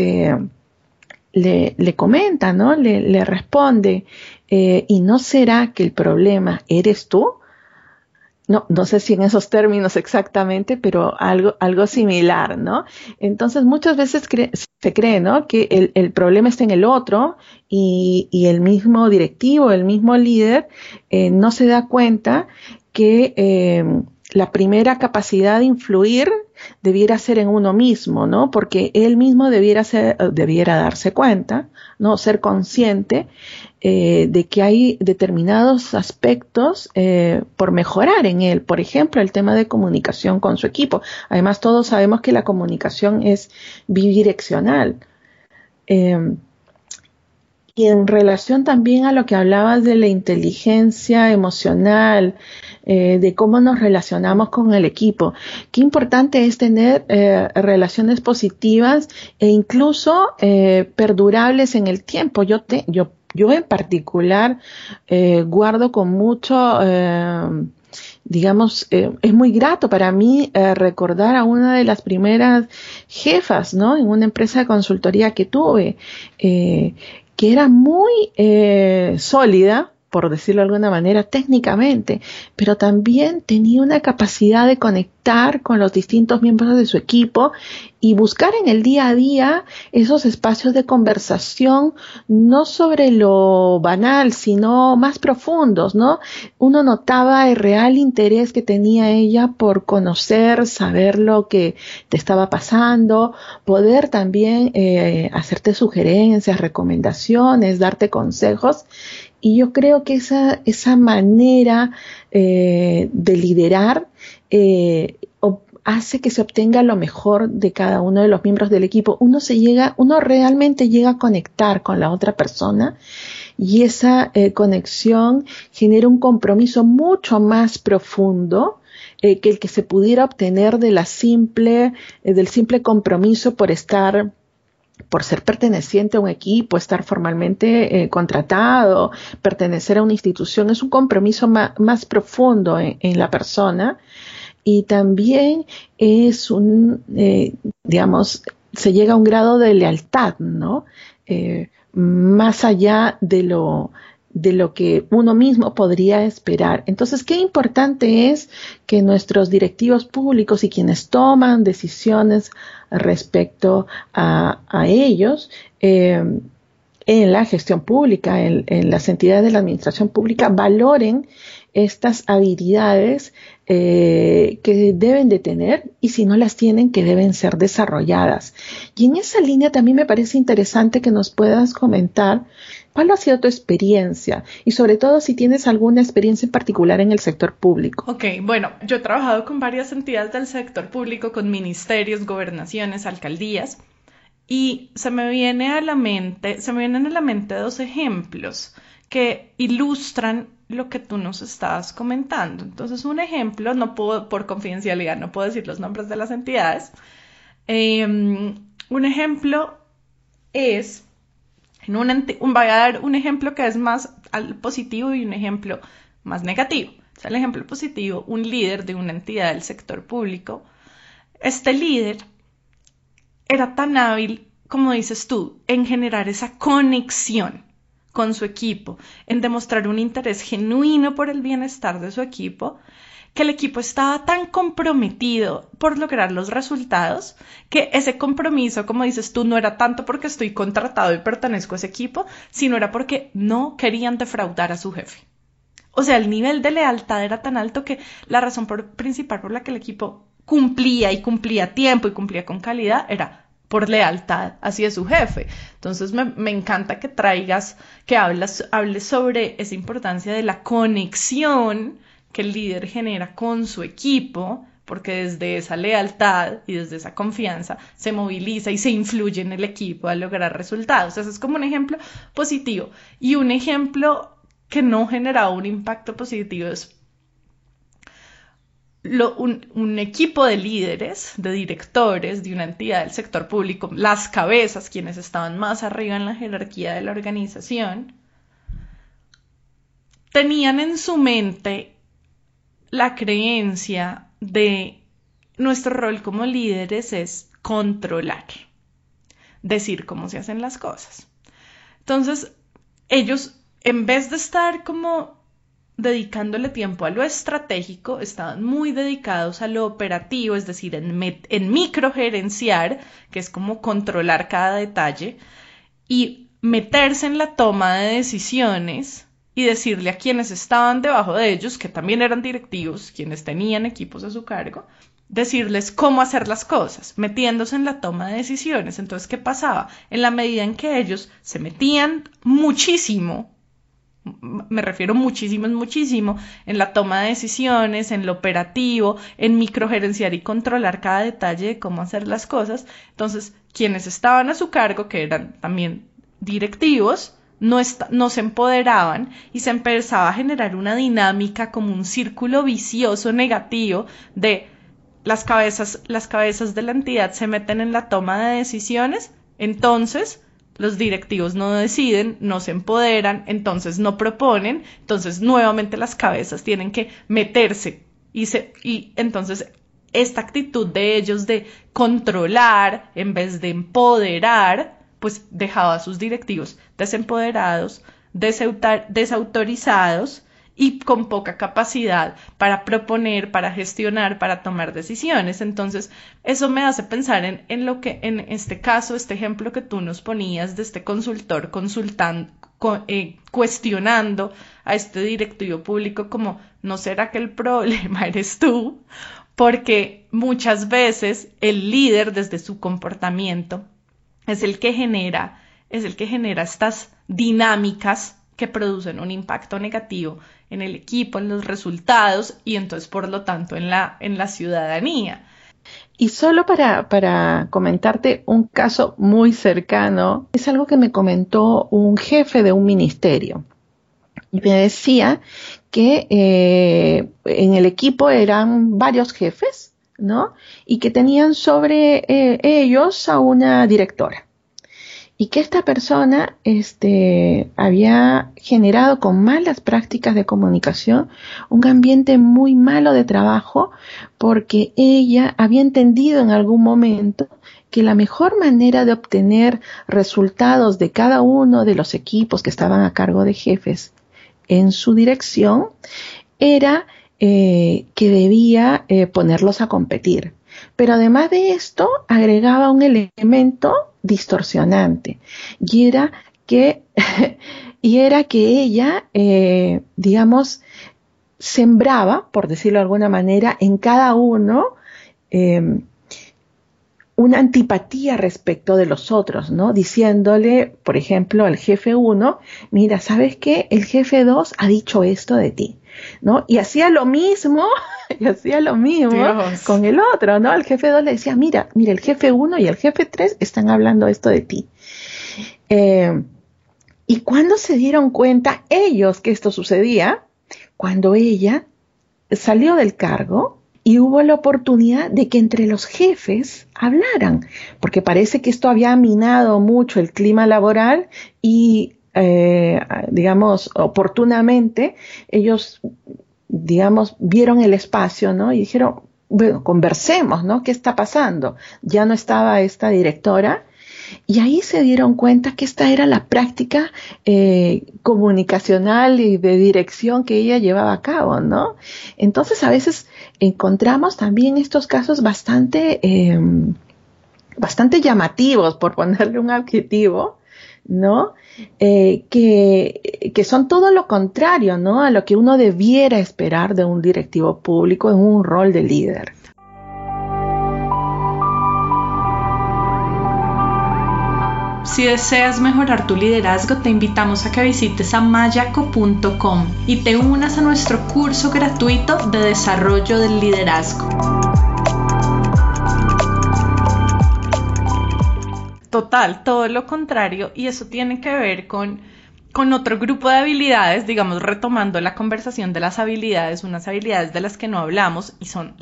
le comenta, ¿no? Le responde, ¿y no será que el problema eres tú? No sé si en esos términos exactamente, pero algo similar, ¿no? Entonces muchas veces se cree, ¿no? Que el problema está en el otro y el mismo directivo, el mismo líder, no se da cuenta que la primera capacidad de influir debiera ser en uno mismo, ¿no? Porque él mismo debiera darse cuenta, ¿no? Ser consciente de que hay determinados aspectos por mejorar en él. Por ejemplo, el tema de comunicación con su equipo. Además, todos sabemos que la comunicación es bidireccional. Y en relación también a lo que hablabas de la inteligencia emocional, de cómo nos relacionamos con el equipo, qué importante es tener relaciones positivas e incluso perdurables en el tiempo. Yo en particular guardo con mucho, es muy grato para mí recordar a una de las primeras jefas, ¿no? En una empresa de consultoría que tuve, que era muy sólida, por decirlo de alguna manera, técnicamente, pero también tenía una capacidad de conectar con los distintos miembros de su equipo y buscar en el día a día esos espacios de conversación, no sobre lo banal, sino más profundos, ¿no? Uno notaba el real interés que tenía ella por conocer, saber lo que te estaba pasando, poder también hacerte sugerencias, recomendaciones, darte consejos. Y yo creo que esa manera de liderar hace que se obtenga lo mejor de cada uno de los miembros del equipo. Uno realmente llega a conectar con la otra persona y esa conexión genera un compromiso mucho más profundo que el que se pudiera obtener del simple compromiso por ser perteneciente a un equipo, estar formalmente contratado, pertenecer a una institución. Es un compromiso más profundo en la persona y también es se llega a un grado de lealtad, ¿no? Más allá de lo que uno mismo podría esperar. Entonces, qué importante es que nuestros directivos públicos y quienes toman decisiones respecto a ellos, en la gestión pública, en las entidades de la administración pública, valoren estas habilidades que deben de tener y si no las tienen, que deben ser desarrolladas. Y en esa línea también me parece interesante que nos puedas comentar cuál ha sido tu experiencia y sobre todo si tienes alguna experiencia en particular en el sector público. Ok, bueno, yo he trabajado con varias entidades del sector público, con ministerios, gobernaciones, alcaldías, y se me vienen a la mente dos ejemplos que ilustran lo que tú nos estabas comentando. Entonces, un ejemplo, por confidencialidad, no puedo decir los nombres de las entidades, Un ejemplo es, voy a dar un ejemplo que es más positivo y un ejemplo más negativo. O sea, el ejemplo positivo, un líder de una entidad del sector público. Este líder era tan hábil, como dices tú, en generar esa conexión con su equipo, en demostrar un interés genuino por el bienestar de su equipo, que el equipo estaba tan comprometido por lograr los resultados, que ese compromiso, como dices tú, no era tanto porque estoy contratado y pertenezco a ese equipo, sino era porque no querían defraudar a su jefe. O sea, el nivel de lealtad era tan alto que la razón principal por la que el equipo cumplía a tiempo y cumplía con calidad era por lealtad hacia su jefe. Entonces me encanta que hables sobre esa importancia de la conexión que el líder genera con su equipo, porque desde esa lealtad y desde esa confianza se moviliza y se influye en el equipo a lograr resultados. Eso es como un ejemplo positivo. Y un ejemplo que no generaba un impacto positivo es un equipo de líderes, de directores de una entidad del sector público, las cabezas, quienes estaban más arriba en la jerarquía de la organización, tenían en su mente la creencia de nuestro rol como líderes es controlar, decir cómo se hacen las cosas. Entonces, ellos, en vez de estar como dedicándole tiempo a lo estratégico, estaban muy dedicados a lo operativo, es decir, en microgerenciar, que es como controlar cada detalle, y meterse en la toma de decisiones y decirle a quienes estaban debajo de ellos, que también eran directivos, quienes tenían equipos a su cargo, decirles cómo hacer las cosas, metiéndose en la toma de decisiones. Entonces, ¿qué pasaba? En la medida en que ellos se metían muchísimo, me refiero muchísimo en la toma de decisiones, en lo operativo, en microgerenciar y controlar cada detalle de cómo hacer las cosas, entonces quienes estaban a su cargo, que eran también directivos, no se empoderaban y se empezaba a generar una dinámica como un círculo vicioso negativo de las cabezas de la entidad se meten en la toma de decisiones, entonces los directivos no deciden, no se empoderan, entonces no proponen, entonces nuevamente las cabezas tienen que meterse y entonces esta actitud de ellos de controlar en vez de empoderar, pues dejaba a sus directivos desempoderados, desautorizados y con poca capacidad para proponer, para gestionar, para tomar decisiones. Entonces, eso me hace pensar en lo que, en este caso, este ejemplo que tú nos ponías de este consultor cuestionando a este directivo público como, ¿no será que el problema eres tú? Porque muchas veces el líder, desde su comportamiento, es el que genera estas dinámicas que producen un impacto negativo en el equipo, en los resultados y entonces por lo tanto en la ciudadanía. Y solo para comentarte un caso muy cercano, es algo que me comentó un jefe de un ministerio. Y me decía que en el equipo eran varios jefes, ¿no? Y que tenían sobre ellos a una directora. Y que esta persona había generado con malas prácticas de comunicación un ambiente muy malo de trabajo porque ella había entendido en algún momento que la mejor manera de obtener resultados de cada uno de los equipos que estaban a cargo de jefes en su dirección era que debía ponerlos a competir. Pero además de esto agregaba un elemento distorsionante y era que ella digamos sembraba, por decirlo de alguna manera, en cada uno una antipatía respecto de los otros, ¿no? Diciéndole, por ejemplo, al jefe 1, mira, ¿sabes qué? El jefe 2 ha dicho esto de ti, ¿no? Y hacía lo mismo Dios. Con el otro, ¿no? Al jefe 2 le decía, mira, el jefe 1 y el jefe 3 están hablando esto de ti. Y cuando se dieron cuenta ellos que esto sucedía, cuando ella salió del cargo y hubo la oportunidad de que entre los jefes hablaran, porque parece que esto había minado mucho el clima laboral y, digamos, oportunamente ellos, digamos, vieron el espacio, ¿no? Y dijeron, bueno, conversemos, ¿no? ¿Qué está pasando? Ya no estaba esta directora. Y ahí se dieron cuenta que esta era la práctica comunicacional y de dirección que ella llevaba a cabo, ¿no? Entonces a veces encontramos también estos casos bastante llamativos, por ponerle un adjetivo, ¿no? Que son todo lo contrario, ¿no? A lo que uno debiera esperar de un directivo público en un rol de líder. Si deseas mejorar tu liderazgo, te invitamos a que visites amayaco.com y te unas a nuestro curso gratuito de desarrollo del liderazgo. Total, todo lo contrario, y eso tiene que ver con otro grupo de habilidades, digamos, retomando la conversación de las habilidades, unas habilidades de las que no hablamos y son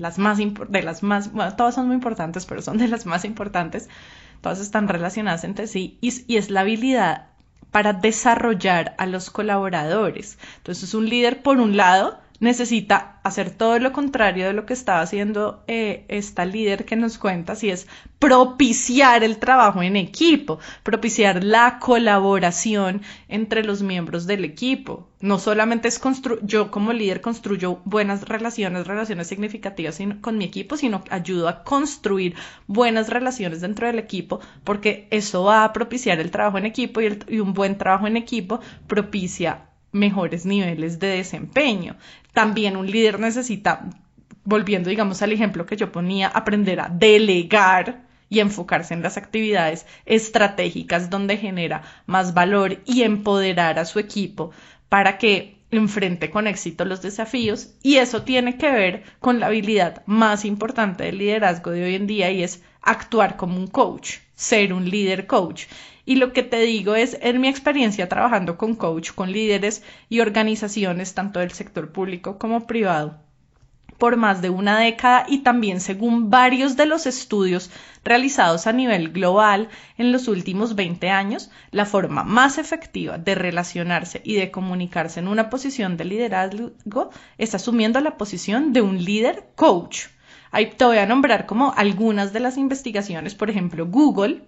bueno, todas son muy importantes, pero son de las más importantes, todas están relacionadas entre sí, y es la habilidad para desarrollar a los colaboradores. Entonces, un líder, por un lado, necesita hacer todo lo contrario de lo que estaba haciendo esta líder que nos cuenta, si es propiciar el trabajo en equipo, propiciar la colaboración entre los miembros del equipo. No solamente es yo como líder construyo buenas relaciones significativas con mi equipo, sino ayudo a construir buenas relaciones dentro del equipo, porque eso va a propiciar el trabajo en equipo y un buen trabajo en equipo propicia mejores niveles de desempeño. También un líder necesita, volviendo digamos al ejemplo que yo ponía, aprender a delegar y enfocarse en las actividades estratégicas donde genera más valor y empoderar a su equipo para que enfrente con éxito los desafíos, y eso tiene que ver con la habilidad más importante del liderazgo de hoy en día, y es actuar como un coach, ser un líder coach. Y lo que te digo es, en mi experiencia trabajando con coach, con líderes y organizaciones, tanto del sector público como privado, por más de una década, y también según varios de los estudios realizados a nivel global en los últimos 20 años, la forma más efectiva de relacionarse y de comunicarse en una posición de liderazgo es asumiendo la posición de un líder coach. Ahí te voy a nombrar como algunas de las investigaciones, por ejemplo, Google,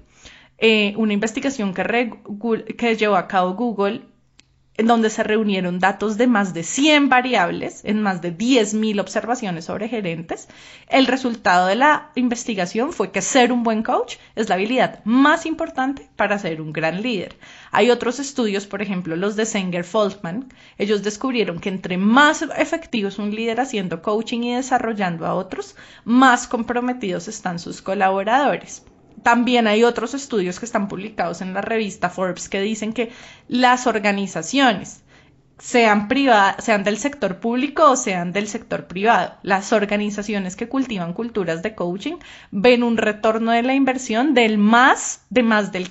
una investigación que llevó a cabo Google, en donde se reunieron datos de más de 100 variables en más de 10.000 observaciones sobre gerentes. El resultado de la investigación fue que ser un buen coach es la habilidad más importante para ser un gran líder. Hay otros estudios, por ejemplo, los de Zenger-Foltman. Ellos descubrieron que entre más efectivo es un líder haciendo coaching y desarrollando a otros, más comprometidos están sus colaboradores. También hay otros estudios que están publicados en la revista Forbes que dicen que las organizaciones, sean del sector público o sean del sector privado, las organizaciones que cultivan culturas de coaching ven un retorno de la inversión de más del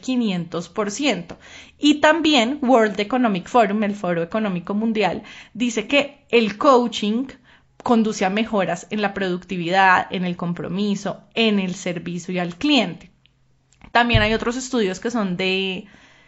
500%. Y también World Economic Forum, el Foro Económico Mundial, dice que el coaching conduce a mejoras en la productividad, en el compromiso, en el servicio y al cliente. También hay otros estudios que son de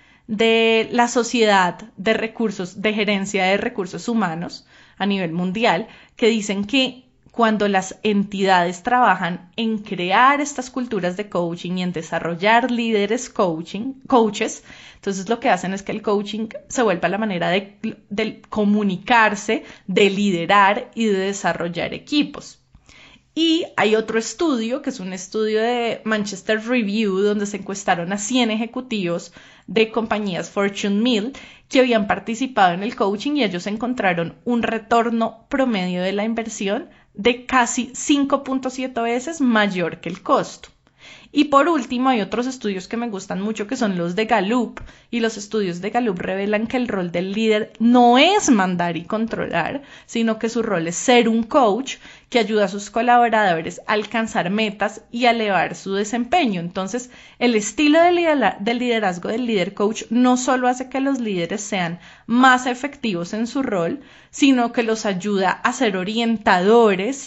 la Sociedad de Gerencia de Recursos Humanos a nivel mundial, que dicen que cuando las entidades trabajan en crear estas culturas de coaching y en desarrollar líderes coaches, entonces lo que hacen es que el coaching se vuelva la manera de comunicarse, de liderar y de desarrollar equipos. Y hay otro estudio, que es un estudio de Manchester Review, donde se encuestaron a 100 ejecutivos de compañías Fortune 1000 que habían participado en el coaching, y ellos encontraron un retorno promedio de la inversión de casi 5.7 veces mayor que el costo. Y por último, hay otros estudios que me gustan mucho, que son los de Gallup, y los estudios de Gallup revelan que el rol del líder no es mandar y controlar, sino que su rol es ser un coach que ayuda a sus colaboradores a alcanzar metas y a elevar su desempeño. Entonces, el estilo del liderazgo del líder coach no solo hace que los líderes sean más efectivos en su rol, sino que los ayuda a ser orientadores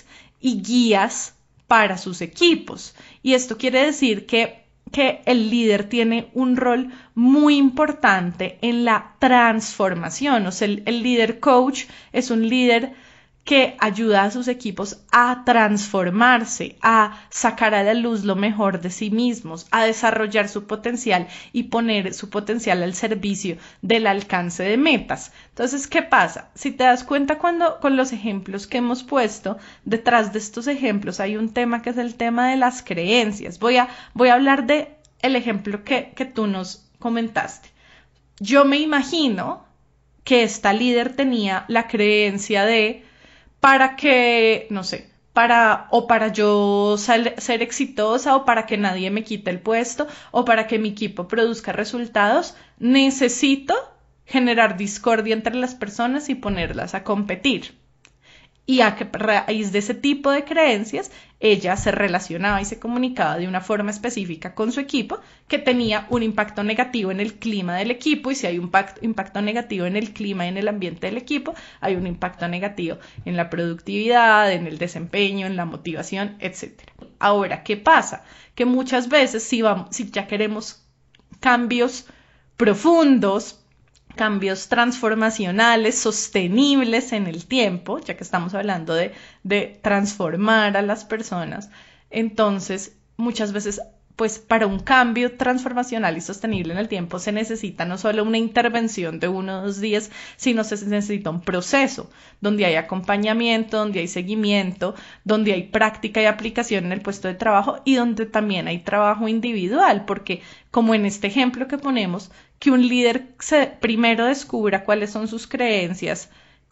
y guías para sus equipos. Y esto quiere decir que el líder tiene un rol muy importante en la transformación. O sea, el líder coach es un líder que ayuda a sus equipos a transformarse, a sacar a la luz lo mejor de sí mismos, a desarrollar su potencial y poner su potencial al servicio del alcance de metas. Entonces, ¿qué pasa? Si te das cuenta con los ejemplos que hemos puesto, detrás de estos ejemplos hay un tema que es el tema de las creencias. Voy a hablar de el ejemplo que tú nos comentaste. Yo me imagino que esta líder tenía la creencia de para que, no sé, para yo ser exitosa o para que nadie me quite el puesto o para que mi equipo produzca resultados, necesito generar discordia entre las personas y ponerlas a competir. Y a raíz de ese tipo de creencias, ella se relacionaba y se comunicaba de una forma específica con su equipo que tenía un impacto negativo en el clima del equipo, y si hay un impacto negativo en el clima y en el ambiente del equipo, hay un impacto negativo en la productividad, en el desempeño, en la motivación, etc. Ahora, ¿qué pasa? Que muchas veces si ya queremos cambios profundos, cambios transformacionales, sostenibles en el tiempo, ya que estamos hablando de transformar a las personas, entonces muchas veces, pues para un cambio transformacional y sostenible en el tiempo se necesita no solo una intervención de 1 o 2 días, sino se necesita un proceso donde hay acompañamiento, donde hay seguimiento, donde hay práctica y aplicación en el puesto de trabajo y donde también hay trabajo individual, porque como en este ejemplo que ponemos, que un líder primero descubra cuáles son sus creencias,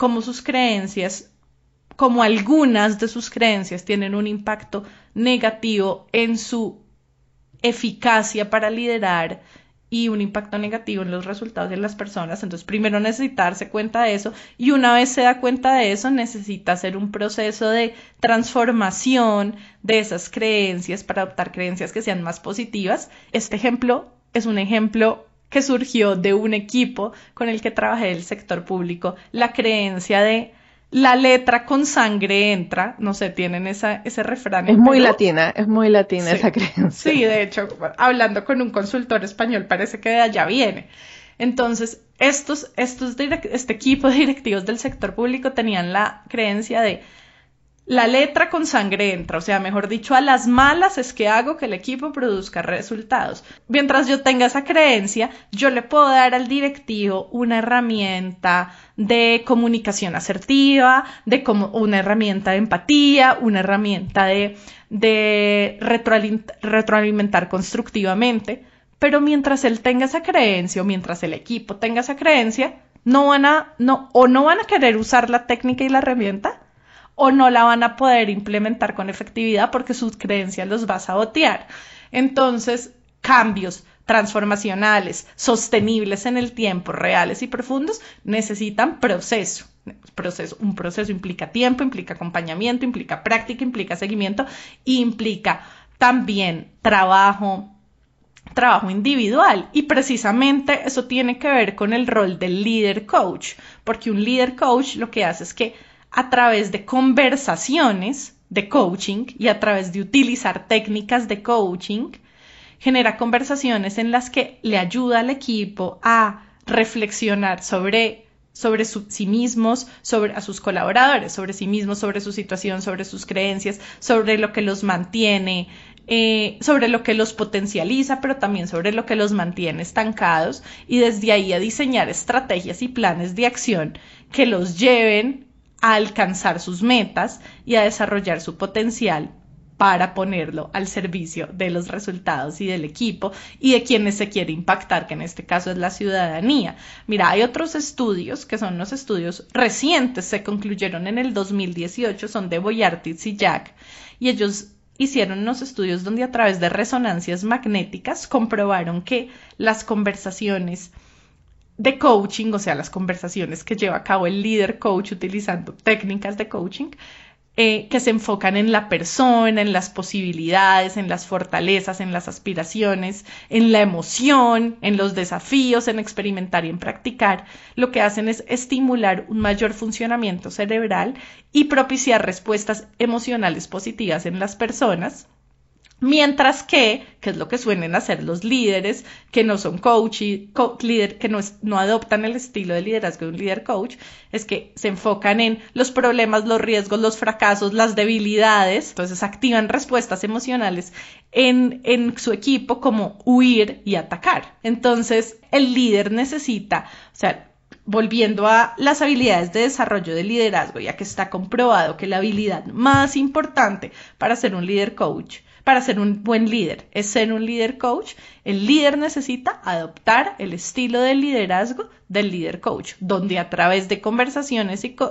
como algunas de sus creencias tienen un impacto negativo en su eficacia para liderar y un impacto negativo en los resultados de las personas. Entonces, primero necesita darse cuenta de eso, y una vez se da cuenta de eso, necesita hacer un proceso de transformación de esas creencias para adoptar creencias que sean más positivas. Este ejemplo es un ejemplo que surgió de un equipo con el que trabajé del sector público, la creencia de la letra con sangre entra, no sé, tienen ese refrán. Es muy latina sí, esa creencia. Sí, de hecho, hablando con un consultor español, parece que de allá viene. Entonces, este equipo de directivos del sector público tenían la creencia de la letra con sangre entra, o sea, mejor dicho, a las malas es que hago que el equipo produzca resultados. Mientras yo tenga esa creencia, yo le puedo dar al directivo una herramienta de comunicación asertiva, una herramienta de empatía, una herramienta de retroalimentar constructivamente, pero mientras él tenga esa creencia o mientras el equipo tenga esa creencia, no van a querer usar la técnica y la herramienta, o no la van a poder implementar con efectividad porque sus creencias los va a sabotear. Entonces, cambios transformacionales, sostenibles en el tiempo, reales y profundos, necesitan proceso. Un proceso implica tiempo, implica acompañamiento, implica práctica, implica seguimiento, implica también trabajo individual, y precisamente eso tiene que ver con el rol del líder coach, porque un líder coach lo que hace es que a través de conversaciones de coaching y a través de utilizar técnicas de coaching, genera conversaciones en las que le ayuda al equipo a reflexionar sobre sí mismos, a sus colaboradores, sobre sí mismos, sobre su situación, sobre sus creencias, sobre lo que los mantiene, sobre lo que los potencializa, pero también sobre lo que los mantiene estancados, y desde ahí a diseñar estrategias y planes de acción que los lleven a alcanzar sus metas y a desarrollar su potencial para ponerlo al servicio de los resultados y del equipo y de quienes se quiere impactar, que en este caso es la ciudadanía. Mira, hay otros estudios que son unos estudios recientes, se concluyeron en el 2018, son de Boyartitz y Jack, y ellos hicieron unos estudios donde a través de resonancias magnéticas comprobaron que las conversaciones de coaching, o sea, las conversaciones que lleva a cabo el líder coach utilizando técnicas de coaching, que se enfocan en la persona, en las posibilidades, en las fortalezas, en las aspiraciones, en la emoción, en los desafíos, en experimentar y en practicar, lo que hacen es estimular un mayor funcionamiento cerebral y propiciar respuestas emocionales positivas en las personas. Mientras que es lo que suelen hacer los líderes que no son que no adoptan el estilo de liderazgo de un líder coach, es que se enfocan en los problemas, los riesgos, los fracasos, las debilidades, entonces activan respuestas emocionales en su equipo como huir y atacar. Entonces el líder necesita, o sea, volviendo a las habilidades de desarrollo de liderazgo, ya que está comprobado que la habilidad más importante para ser un líder coach, para ser un buen líder, es ser un líder coach, el líder necesita adoptar el estilo de liderazgo del líder coach, donde a través de conversaciones y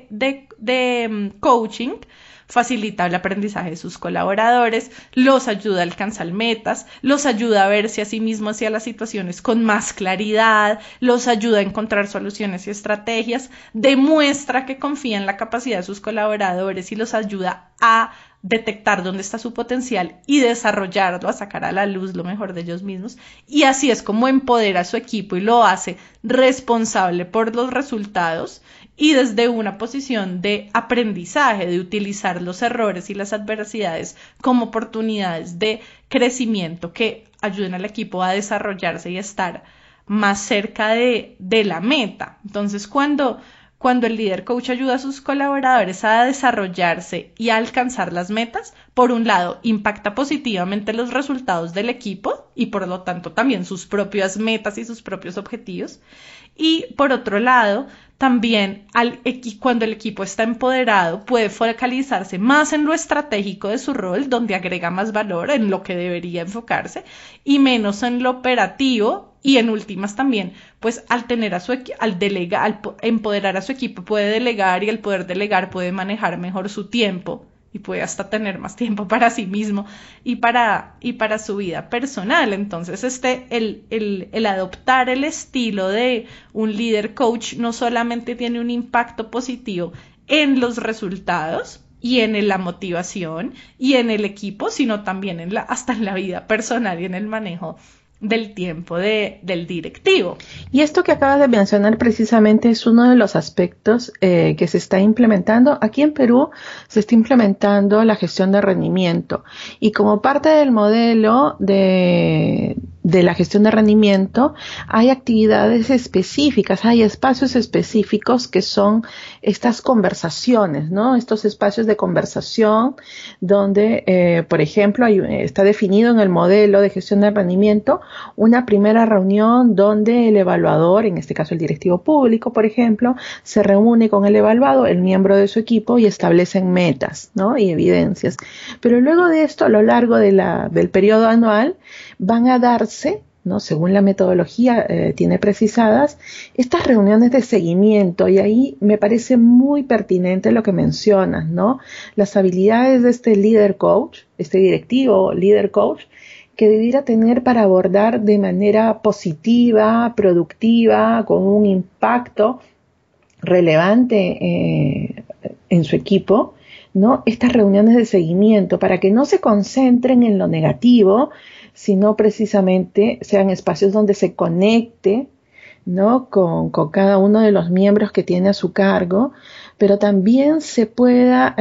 coaching facilita el aprendizaje de sus colaboradores, los ayuda a alcanzar metas, los ayuda a verse a sí mismos hacia las situaciones con más claridad, los ayuda a encontrar soluciones y estrategias, demuestra que confía en la capacidad de sus colaboradores y los ayuda a detectar dónde está su potencial y desarrollarlo, a sacar a la luz lo mejor de ellos mismos, y así es como empodera a su equipo y lo hace responsable por los resultados y desde una posición de aprendizaje, de utilizar los errores y las adversidades como oportunidades de crecimiento que ayuden al equipo a desarrollarse y a estar más cerca de la meta. Entonces, cuando el líder coach ayuda a sus colaboradores a desarrollarse y a alcanzar las metas, por un lado, impacta positivamente los resultados del equipo y por lo tanto también sus propias metas y sus propios objetivos. Y por otro lado, también cuando el equipo está empoderado, puede focalizarse más en lo estratégico de su rol, donde agrega más valor en lo que debería enfocarse, y menos en lo operativo. Y en últimas también, pues al empoderar a su equipo puede delegar, y al poder delegar puede manejar mejor su tiempo y puede hasta tener más tiempo para sí mismo y para su vida personal. Entonces el adoptar el estilo de un líder coach no solamente tiene un impacto positivo en los resultados y en la motivación y en el equipo, sino también hasta en la vida personal y en el manejo del tiempo del directivo. Y esto que acabas de mencionar precisamente es uno de los aspectos que se está implementando. Aquí en Perú se está implementando la gestión de rendimiento, y como parte del modelo de la gestión de rendimiento hay actividades específicas, hay espacios específicos que son estas conversaciones, ¿no? Estos espacios de conversación donde, por ejemplo, está definido en el modelo de gestión de rendimiento una primera reunión donde el evaluador, en este caso el directivo público, por ejemplo, se reúne con el evaluado, el miembro de su equipo, y establecen metas, ¿no? Y evidencias. Pero luego de esto, a lo largo del periodo anual, van a darse, ¿no? Según la metodología tiene precisadas, estas reuniones de seguimiento, y ahí me parece muy pertinente lo que mencionas, ¿no? Las habilidades de este líder coach, este directivo líder coach, que debiera tener para abordar de manera positiva, productiva, con un impacto relevante en su equipo, ¿no? Estas reuniones de seguimiento, para que no se concentren en lo negativo, sino precisamente sean espacios donde se conecte, ¿no? con cada uno de los miembros que tiene a su cargo, pero también se pueda,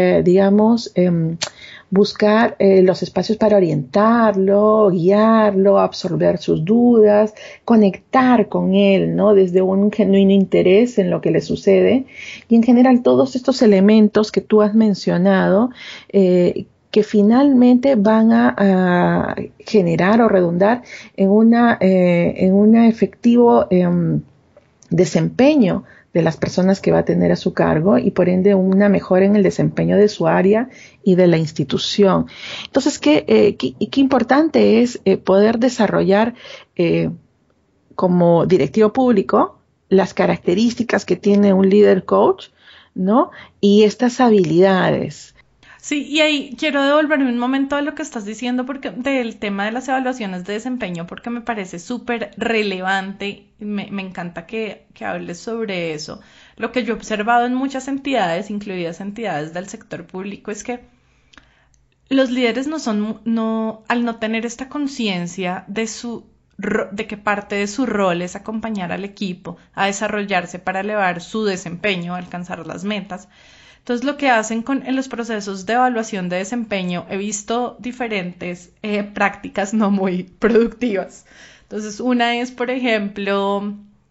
buscar los espacios para orientarlo, guiarlo, absorber sus dudas, conectar con él, ¿no? Desde un genuino interés en lo que le sucede. Y en general todos estos elementos que tú has mencionado, que finalmente van a generar o redundar en un efectivo desempeño de las personas que va a tener a su cargo, y por ende una mejora en el desempeño de su área y de la institución. Entonces, qué importante es poder desarrollar como directivo público las características que tiene un líder coach, ¿no? Y estas habilidades. Sí, y ahí quiero devolverme un momento a lo que estás diciendo porque del tema de las evaluaciones de desempeño porque me parece súper relevante, me encanta que hables sobre eso. Lo que yo he observado en muchas entidades, incluidas entidades del sector público, es que los líderes al no tener esta conciencia de que parte de su rol es acompañar al equipo a desarrollarse para elevar su desempeño, alcanzar las metas. Entonces, lo que hacen en los procesos de evaluación de desempeño, he visto diferentes prácticas no muy productivas. Entonces, una es, por ejemplo,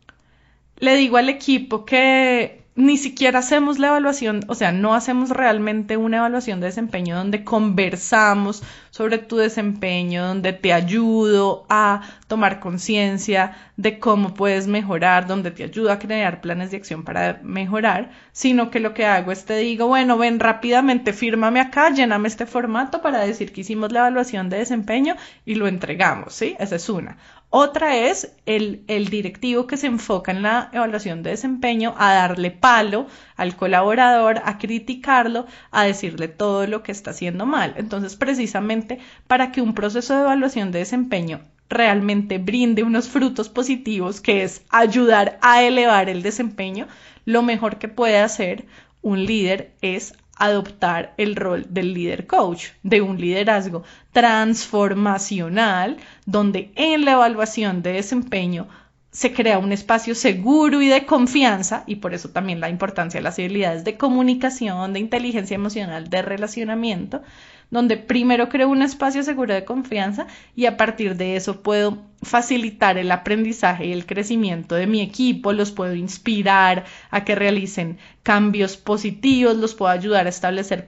le digo al equipo que ni siquiera hacemos la evaluación, o sea, no hacemos realmente una evaluación de desempeño donde conversamos sobre tu desempeño, donde te ayudo a tomar conciencia de cómo puedes mejorar, donde te ayudo a crear planes de acción para mejorar, sino que lo que hago es te digo, bueno, ven rápidamente, fírmame acá, lléname este formato para decir que hicimos la evaluación de desempeño y lo entregamos, ¿sí? Esa es una. Otra es el directivo que se enfoca en la evaluación de desempeño a darle palo al colaborador, a criticarlo, a decirle todo lo que está haciendo mal. Entonces, precisamente para que un proceso de evaluación de desempeño realmente brinde unos frutos positivos, que es ayudar a elevar el desempeño, lo mejor que puede hacer un líder es adoptar el rol del líder coach, de un liderazgo transformacional, donde en la evaluación de desempeño se crea un espacio seguro y de confianza, y por eso también la importancia de las habilidades de comunicación, de inteligencia emocional, de relacionamiento, donde primero creo un espacio seguro de confianza y a partir de eso puedo facilitar el aprendizaje y el crecimiento de mi equipo, los puedo inspirar a que realicen cambios positivos, los puedo ayudar a establecer,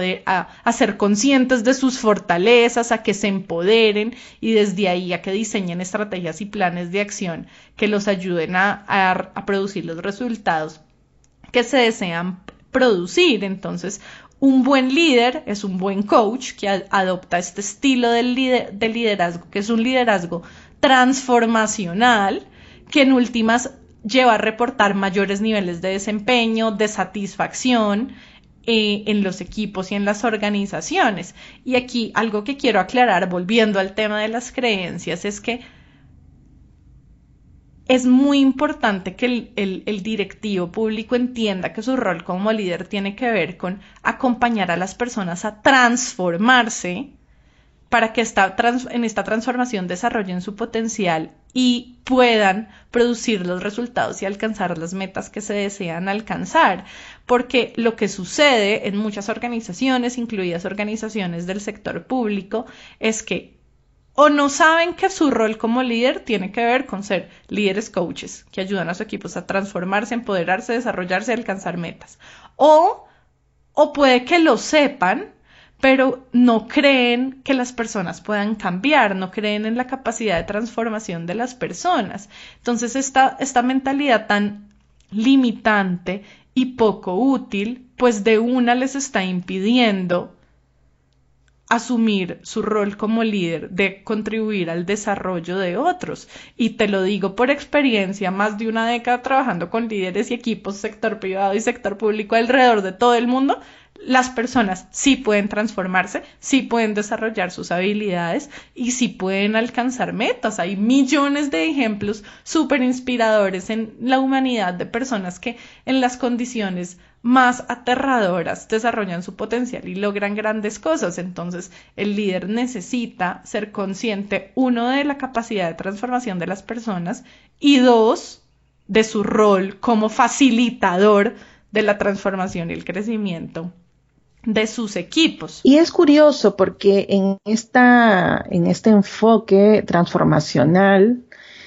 a ser conscientes de sus fortalezas, a que se empoderen y desde ahí a que diseñen estrategias y planes de acción que los ayuden a producir los resultados que se desean producir. Entonces, un buen líder es un buen coach que adopta este estilo de liderazgo, que es un liderazgo transformacional, que en últimas lleva a reportar mayores niveles de desempeño, de satisfacción en los equipos y en las organizaciones. Y aquí algo que quiero aclarar, volviendo al tema de las creencias, es que es muy importante que el directivo público entienda que su rol como líder tiene que ver con acompañar a las personas a transformarse para que en esta transformación desarrollen su potencial y puedan producir los resultados y alcanzar las metas que se desean alcanzar. Porque lo que sucede en muchas organizaciones, incluidas organizaciones del sector público, es que o no saben que su rol como líder tiene que ver con ser líderes coaches que ayudan a sus equipos a transformarse, empoderarse, desarrollarse y alcanzar metas. O puede que lo sepan, pero no creen que las personas puedan cambiar, no creen en la capacidad de transformación de las personas. Entonces esta mentalidad tan limitante y poco útil, pues de una les está impidiendo asumir su rol como líder, de contribuir al desarrollo de otros. Y te lo digo por experiencia, más de una década trabajando con líderes y equipos, sector privado y sector público alrededor de todo el mundo, las personas sí pueden transformarse, sí pueden desarrollar sus habilidades y sí pueden alcanzar metas. Hay millones de ejemplos súper inspiradores en la humanidad de personas que en las condiciones más aterradoras desarrollan su potencial y logran grandes cosas. Entonces, el líder necesita ser consciente, uno, de la capacidad de transformación de las personas y dos, de su rol como facilitador de la transformación y el crecimiento de sus equipos. Y es curioso porque en este enfoque transformacional,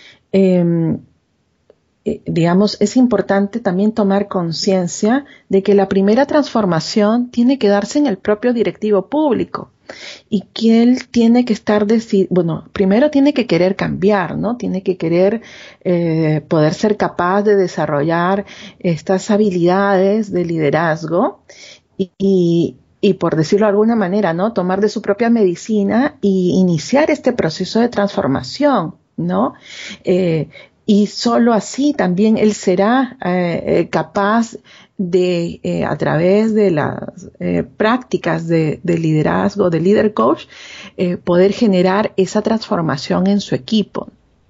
digamos, es importante también tomar conciencia de que la primera transformación tiene que darse en el propio directivo público y que él tiene que estar, primero tiene que querer cambiar, ¿no? Tiene que querer poder ser capaz de desarrollar estas habilidades de liderazgo y por decirlo de alguna manera, ¿no? Tomar de su propia medicina y iniciar este proceso de transformación, ¿no? Y solo así también él será capaz a través de las prácticas de liderazgo, de líder coach, poder generar esa transformación en su equipo.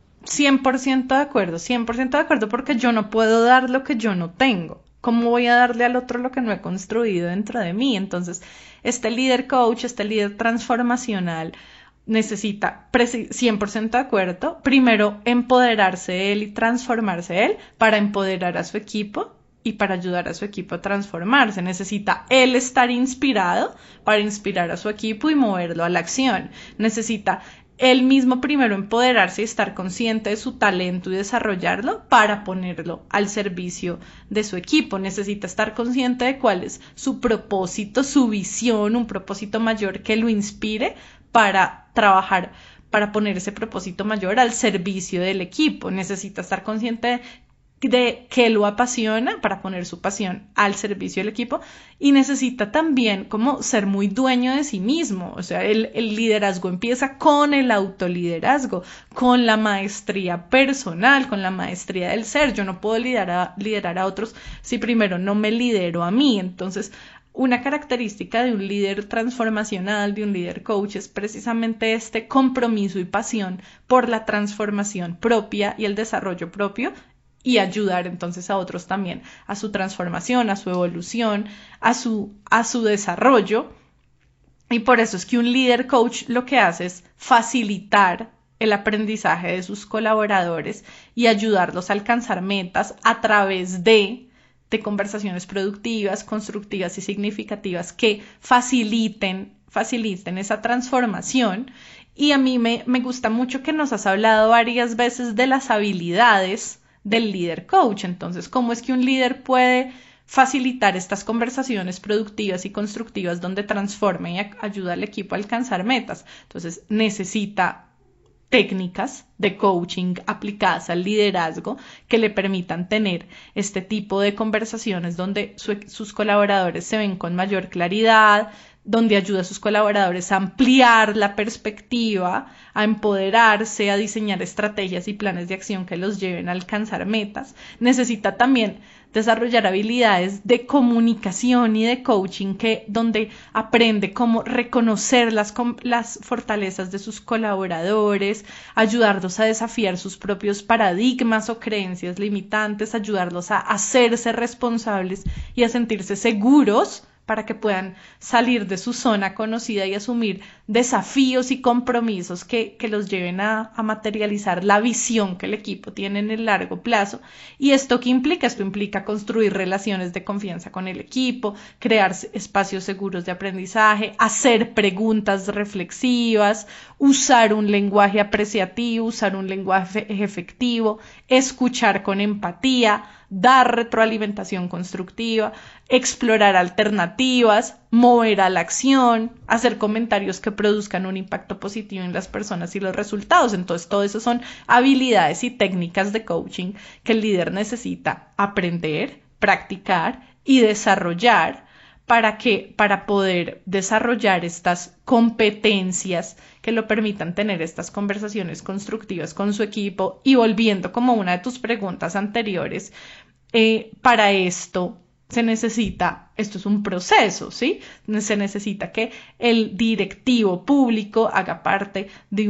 100% de acuerdo, 100% de acuerdo, porque yo no puedo dar lo que yo no tengo. ¿Cómo voy a darle al otro lo que no he construido dentro de mí? Entonces, este líder coach, este líder transformacional necesita, 100% de acuerdo, primero empoderarse él y transformarse él para empoderar a su equipo y para ayudar a su equipo a transformarse. Necesita él estar inspirado para inspirar a su equipo y moverlo a la acción. Necesita él mismo primero empoderarse y estar consciente de su talento y desarrollarlo para ponerlo al servicio de su equipo. Necesita estar consciente de cuál es su propósito, su visión, un propósito mayor que lo inspire para trabajar, para poner ese propósito mayor al servicio del equipo. Necesita estar consciente de que lo apasiona para poner su pasión al servicio del equipo, y necesita también como ser muy dueño de sí mismo. O sea, el liderazgo empieza con el autoliderazgo, con la maestría personal, con la maestría del ser. Yo no puedo liderar a otros si primero no me lidero a mí. Entonces, una característica de un líder transformacional, de un líder coach, es precisamente este compromiso y pasión por la transformación propia y el desarrollo propio, y ayudar entonces a otros también a su transformación, a su evolución, a su desarrollo. Y por eso es que un líder coach lo que hace es facilitar el aprendizaje de sus colaboradores y ayudarlos a alcanzar metas a través de conversaciones productivas, constructivas y significativas que faciliten esa transformación. Y a mí me gusta mucho que nos has hablado varias veces de las habilidades del líder coach. Entonces, ¿cómo es que un líder puede facilitar estas conversaciones productivas y constructivas donde transforma y ayuda al equipo a alcanzar metas? Entonces, necesita técnicas de coaching aplicadas al liderazgo que le permitan tener este tipo de conversaciones donde sus colaboradores se ven con mayor claridad, donde ayuda a sus colaboradores a ampliar la perspectiva, a empoderarse, a diseñar estrategias y planes de acción que los lleven a alcanzar metas. Necesita también desarrollar habilidades de comunicación y de coaching, donde aprende cómo reconocer las fortalezas de sus colaboradores, ayudarlos a desafiar sus propios paradigmas o creencias limitantes, ayudarlos a hacerse responsables y a sentirse seguros para que puedan salir de su zona conocida y asumir desafíos y compromisos que los lleven a materializar la visión que el equipo tiene en el largo plazo. ¿Y esto qué implica? Esto implica construir relaciones de confianza con el equipo, crear espacios seguros de aprendizaje, hacer preguntas reflexivas, usar un lenguaje apreciativo, usar un lenguaje efectivo, escuchar con empatía, dar retroalimentación constructiva, explorar alternativas, mover a la acción, hacer comentarios que produzcan un impacto positivo en las personas y los resultados. Entonces, todo eso son habilidades y técnicas de coaching que el líder necesita aprender, practicar y desarrollar para poder desarrollar estas competencias que lo permitan tener estas conversaciones constructivas con su equipo. Y volviendo como una de tus preguntas anteriores, para esto esto es un proceso, ¿sí? Se necesita que el directivo público haga parte de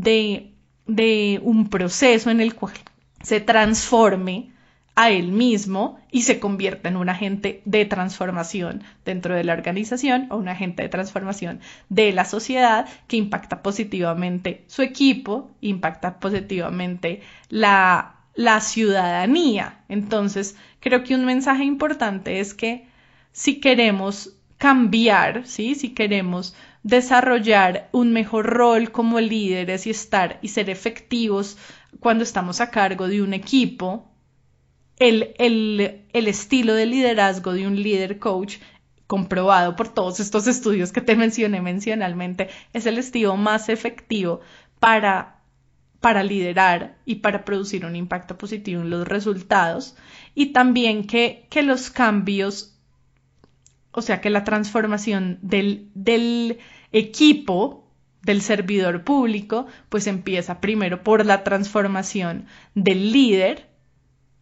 un proceso en el cual se transforme a él mismo y se convierta en un agente de transformación dentro de la organización o un agente de transformación de la sociedad que impacta positivamente su equipo, impacta positivamente la ciudadanía. Entonces, creo que un mensaje importante es que si queremos cambiar, ¿sí? Si queremos desarrollar un mejor rol como líderes y ser efectivos cuando estamos a cargo de un equipo, el estilo de liderazgo de un líder coach, comprobado por todos estos estudios que te mencioné mencionalmente, es el estilo más efectivo para liderar y para producir un impacto positivo en los resultados. Y también que los cambios, o sea, que la transformación del equipo, del servidor público, pues empieza primero por la transformación del líder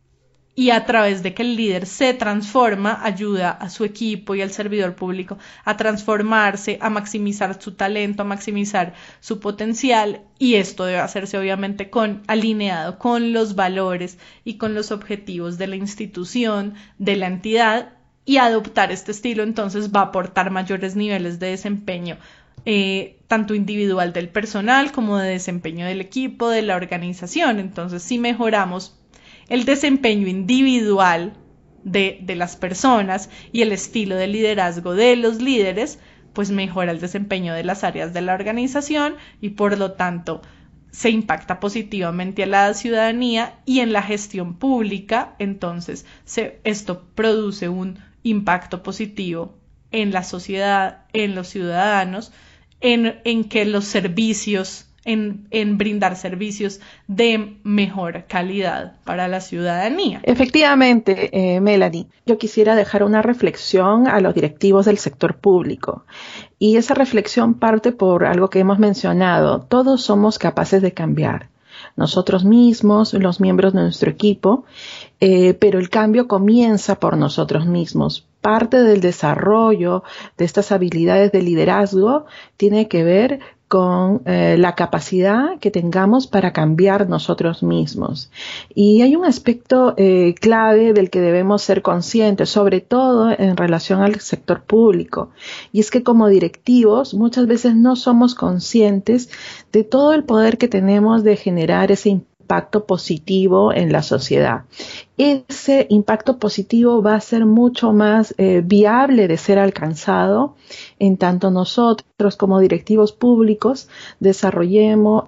y a través de que el líder se transforma, ayuda a su equipo y al servidor público a transformarse, a maximizar su talento, a maximizar su potencial, y esto debe hacerse obviamente alineado con los valores y con los objetivos de la institución, de la entidad, y adoptar este estilo entonces va a aportar mayores niveles de desempeño, tanto individual del personal como de desempeño del equipo, de la organización. Entonces, si mejoramos el desempeño individual de las personas y el estilo de liderazgo de los líderes, pues mejora el desempeño de las áreas de la organización y por lo tanto se impacta positivamente a la ciudadanía y en la gestión pública. Entonces esto produce un impacto positivo en la sociedad, en los ciudadanos, en que los servicios, en brindar servicios de mejor calidad para la ciudadanía. Efectivamente, Melanie, yo quisiera dejar una reflexión a los directivos del sector público. Y esa reflexión parte por algo que hemos mencionado. Todos somos capaces de cambiar. Nosotros mismos, los miembros de nuestro equipo, pero el cambio comienza por nosotros mismos. Parte del desarrollo de estas habilidades de liderazgo tiene que ver con la capacidad que tengamos para cambiar nosotros mismos. Y hay un aspecto clave del que debemos ser conscientes, sobre todo en relación al sector público, y es que como directivos muchas veces no somos conscientes de todo el poder que tenemos de generar ese impacto positivo en la sociedad. Ese impacto positivo va a ser mucho más viable de ser alcanzado en tanto nosotros como directivos públicos desarrollemos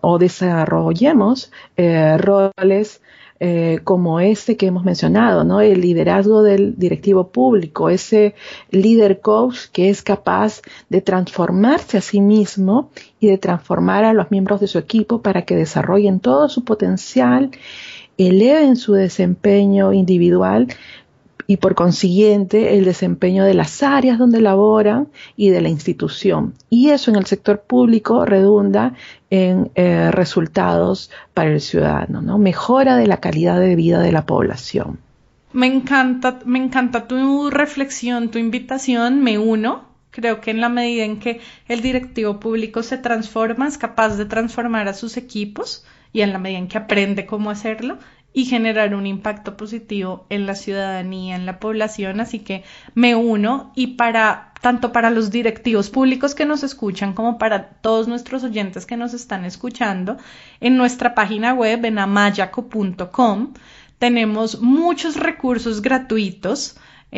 roles como este que hemos mencionado, ¿no? El liderazgo del directivo público, ese líder coach que es capaz de transformarse a sí mismo y de transformar a los miembros de su equipo para que desarrollen todo su potencial, eleven su desempeño individual y por consiguiente el desempeño de las áreas donde laboran y de la institución. Y eso en el sector público redunda en resultados para el ciudadano, ¿no? Mejora de la calidad de vida de la población. Me encanta tu reflexión, tu invitación, me uno. Creo que en la medida en que el directivo público se transforma, es capaz de transformar a sus equipos y en la medida en que aprende cómo hacerlo y generar un impacto positivo en la ciudadanía, en la población. Así que me uno, y tanto para los directivos públicos que nos escuchan como para todos nuestros oyentes que nos están escuchando, en nuestra página web en amayaco.com tenemos muchos recursos gratuitos,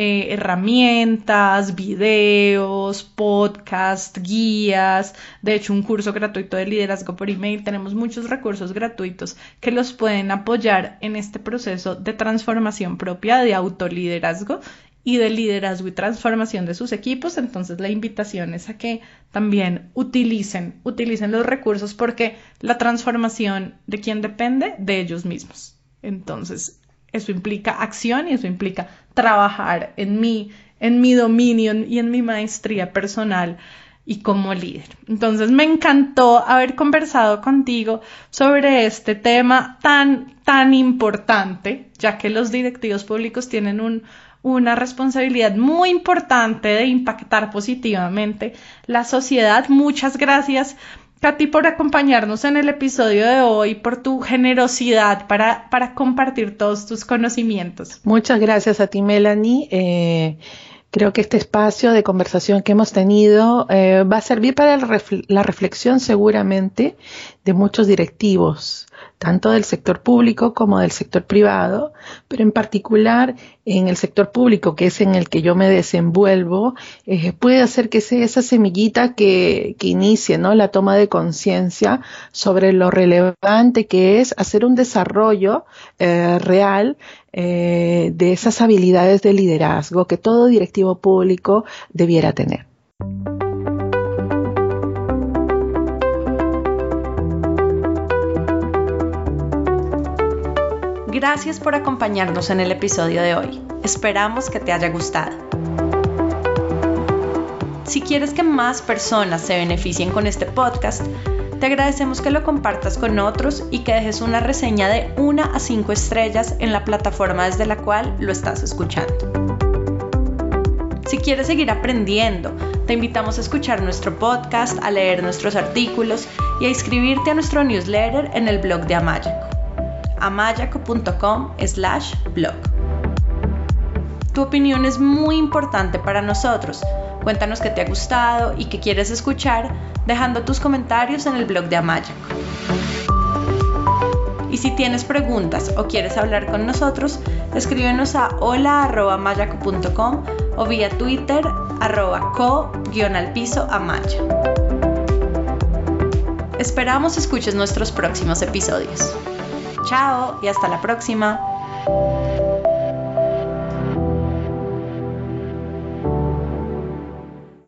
herramientas, videos, podcast, guías, de hecho un curso gratuito de liderazgo por email. Tenemos muchos recursos gratuitos que los pueden apoyar en este proceso de transformación propia, de autoliderazgo y de liderazgo y transformación de sus equipos. Entonces la invitación es a que también utilicen los recursos, porque la transformación ¿de quién depende? De ellos mismos. Entonces eso implica acción y eso implica trabajar en mi dominio y en mi maestría personal y como líder. Entonces me encantó haber conversado contigo sobre este tema tan importante, ya que los directivos públicos tienen una responsabilidad muy importante de impactar positivamente la sociedad. Muchas gracias, Katy, por acompañarnos en el episodio de hoy, por tu generosidad para compartir todos tus conocimientos. Muchas gracias a ti, Melanie. Creo que este espacio de conversación que hemos tenido va a servir para la reflexión seguramente de muchos directivos, tanto del sector público como del sector privado, pero en particular en el sector público, que es en el que yo me desenvuelvo, puede hacer que sea esa semillita que inicie, ¿no?, la toma de conciencia sobre lo relevante que es hacer un desarrollo real de esas habilidades de liderazgo que todo directivo público debiera tener. Gracias por acompañarnos en el episodio de hoy. Esperamos que te haya gustado. Si quieres que más personas se beneficien con este podcast, te Te agradecemos que lo compartas con otros y que dejes una reseña de 1 a 5 estrellas en la plataforma desde la cual lo estás escuchando. Si quieres seguir aprendiendo, te invitamos a escuchar nuestro podcast, a leer nuestros artículos y a inscribirte a nuestro newsletter en el blog de Amayaco, amayaco.com/blog. Tu opinión es muy importante para nosotros. Cuéntanos qué te ha gustado y qué quieres escuchar, dejando tus comentarios en el blog de Amayaco. Y si tienes preguntas o quieres hablar con nosotros, escríbenos a hola@amayaco.com o vía Twitter @co_amaya. Esperamos escuches nuestros próximos episodios. Chao y hasta la próxima.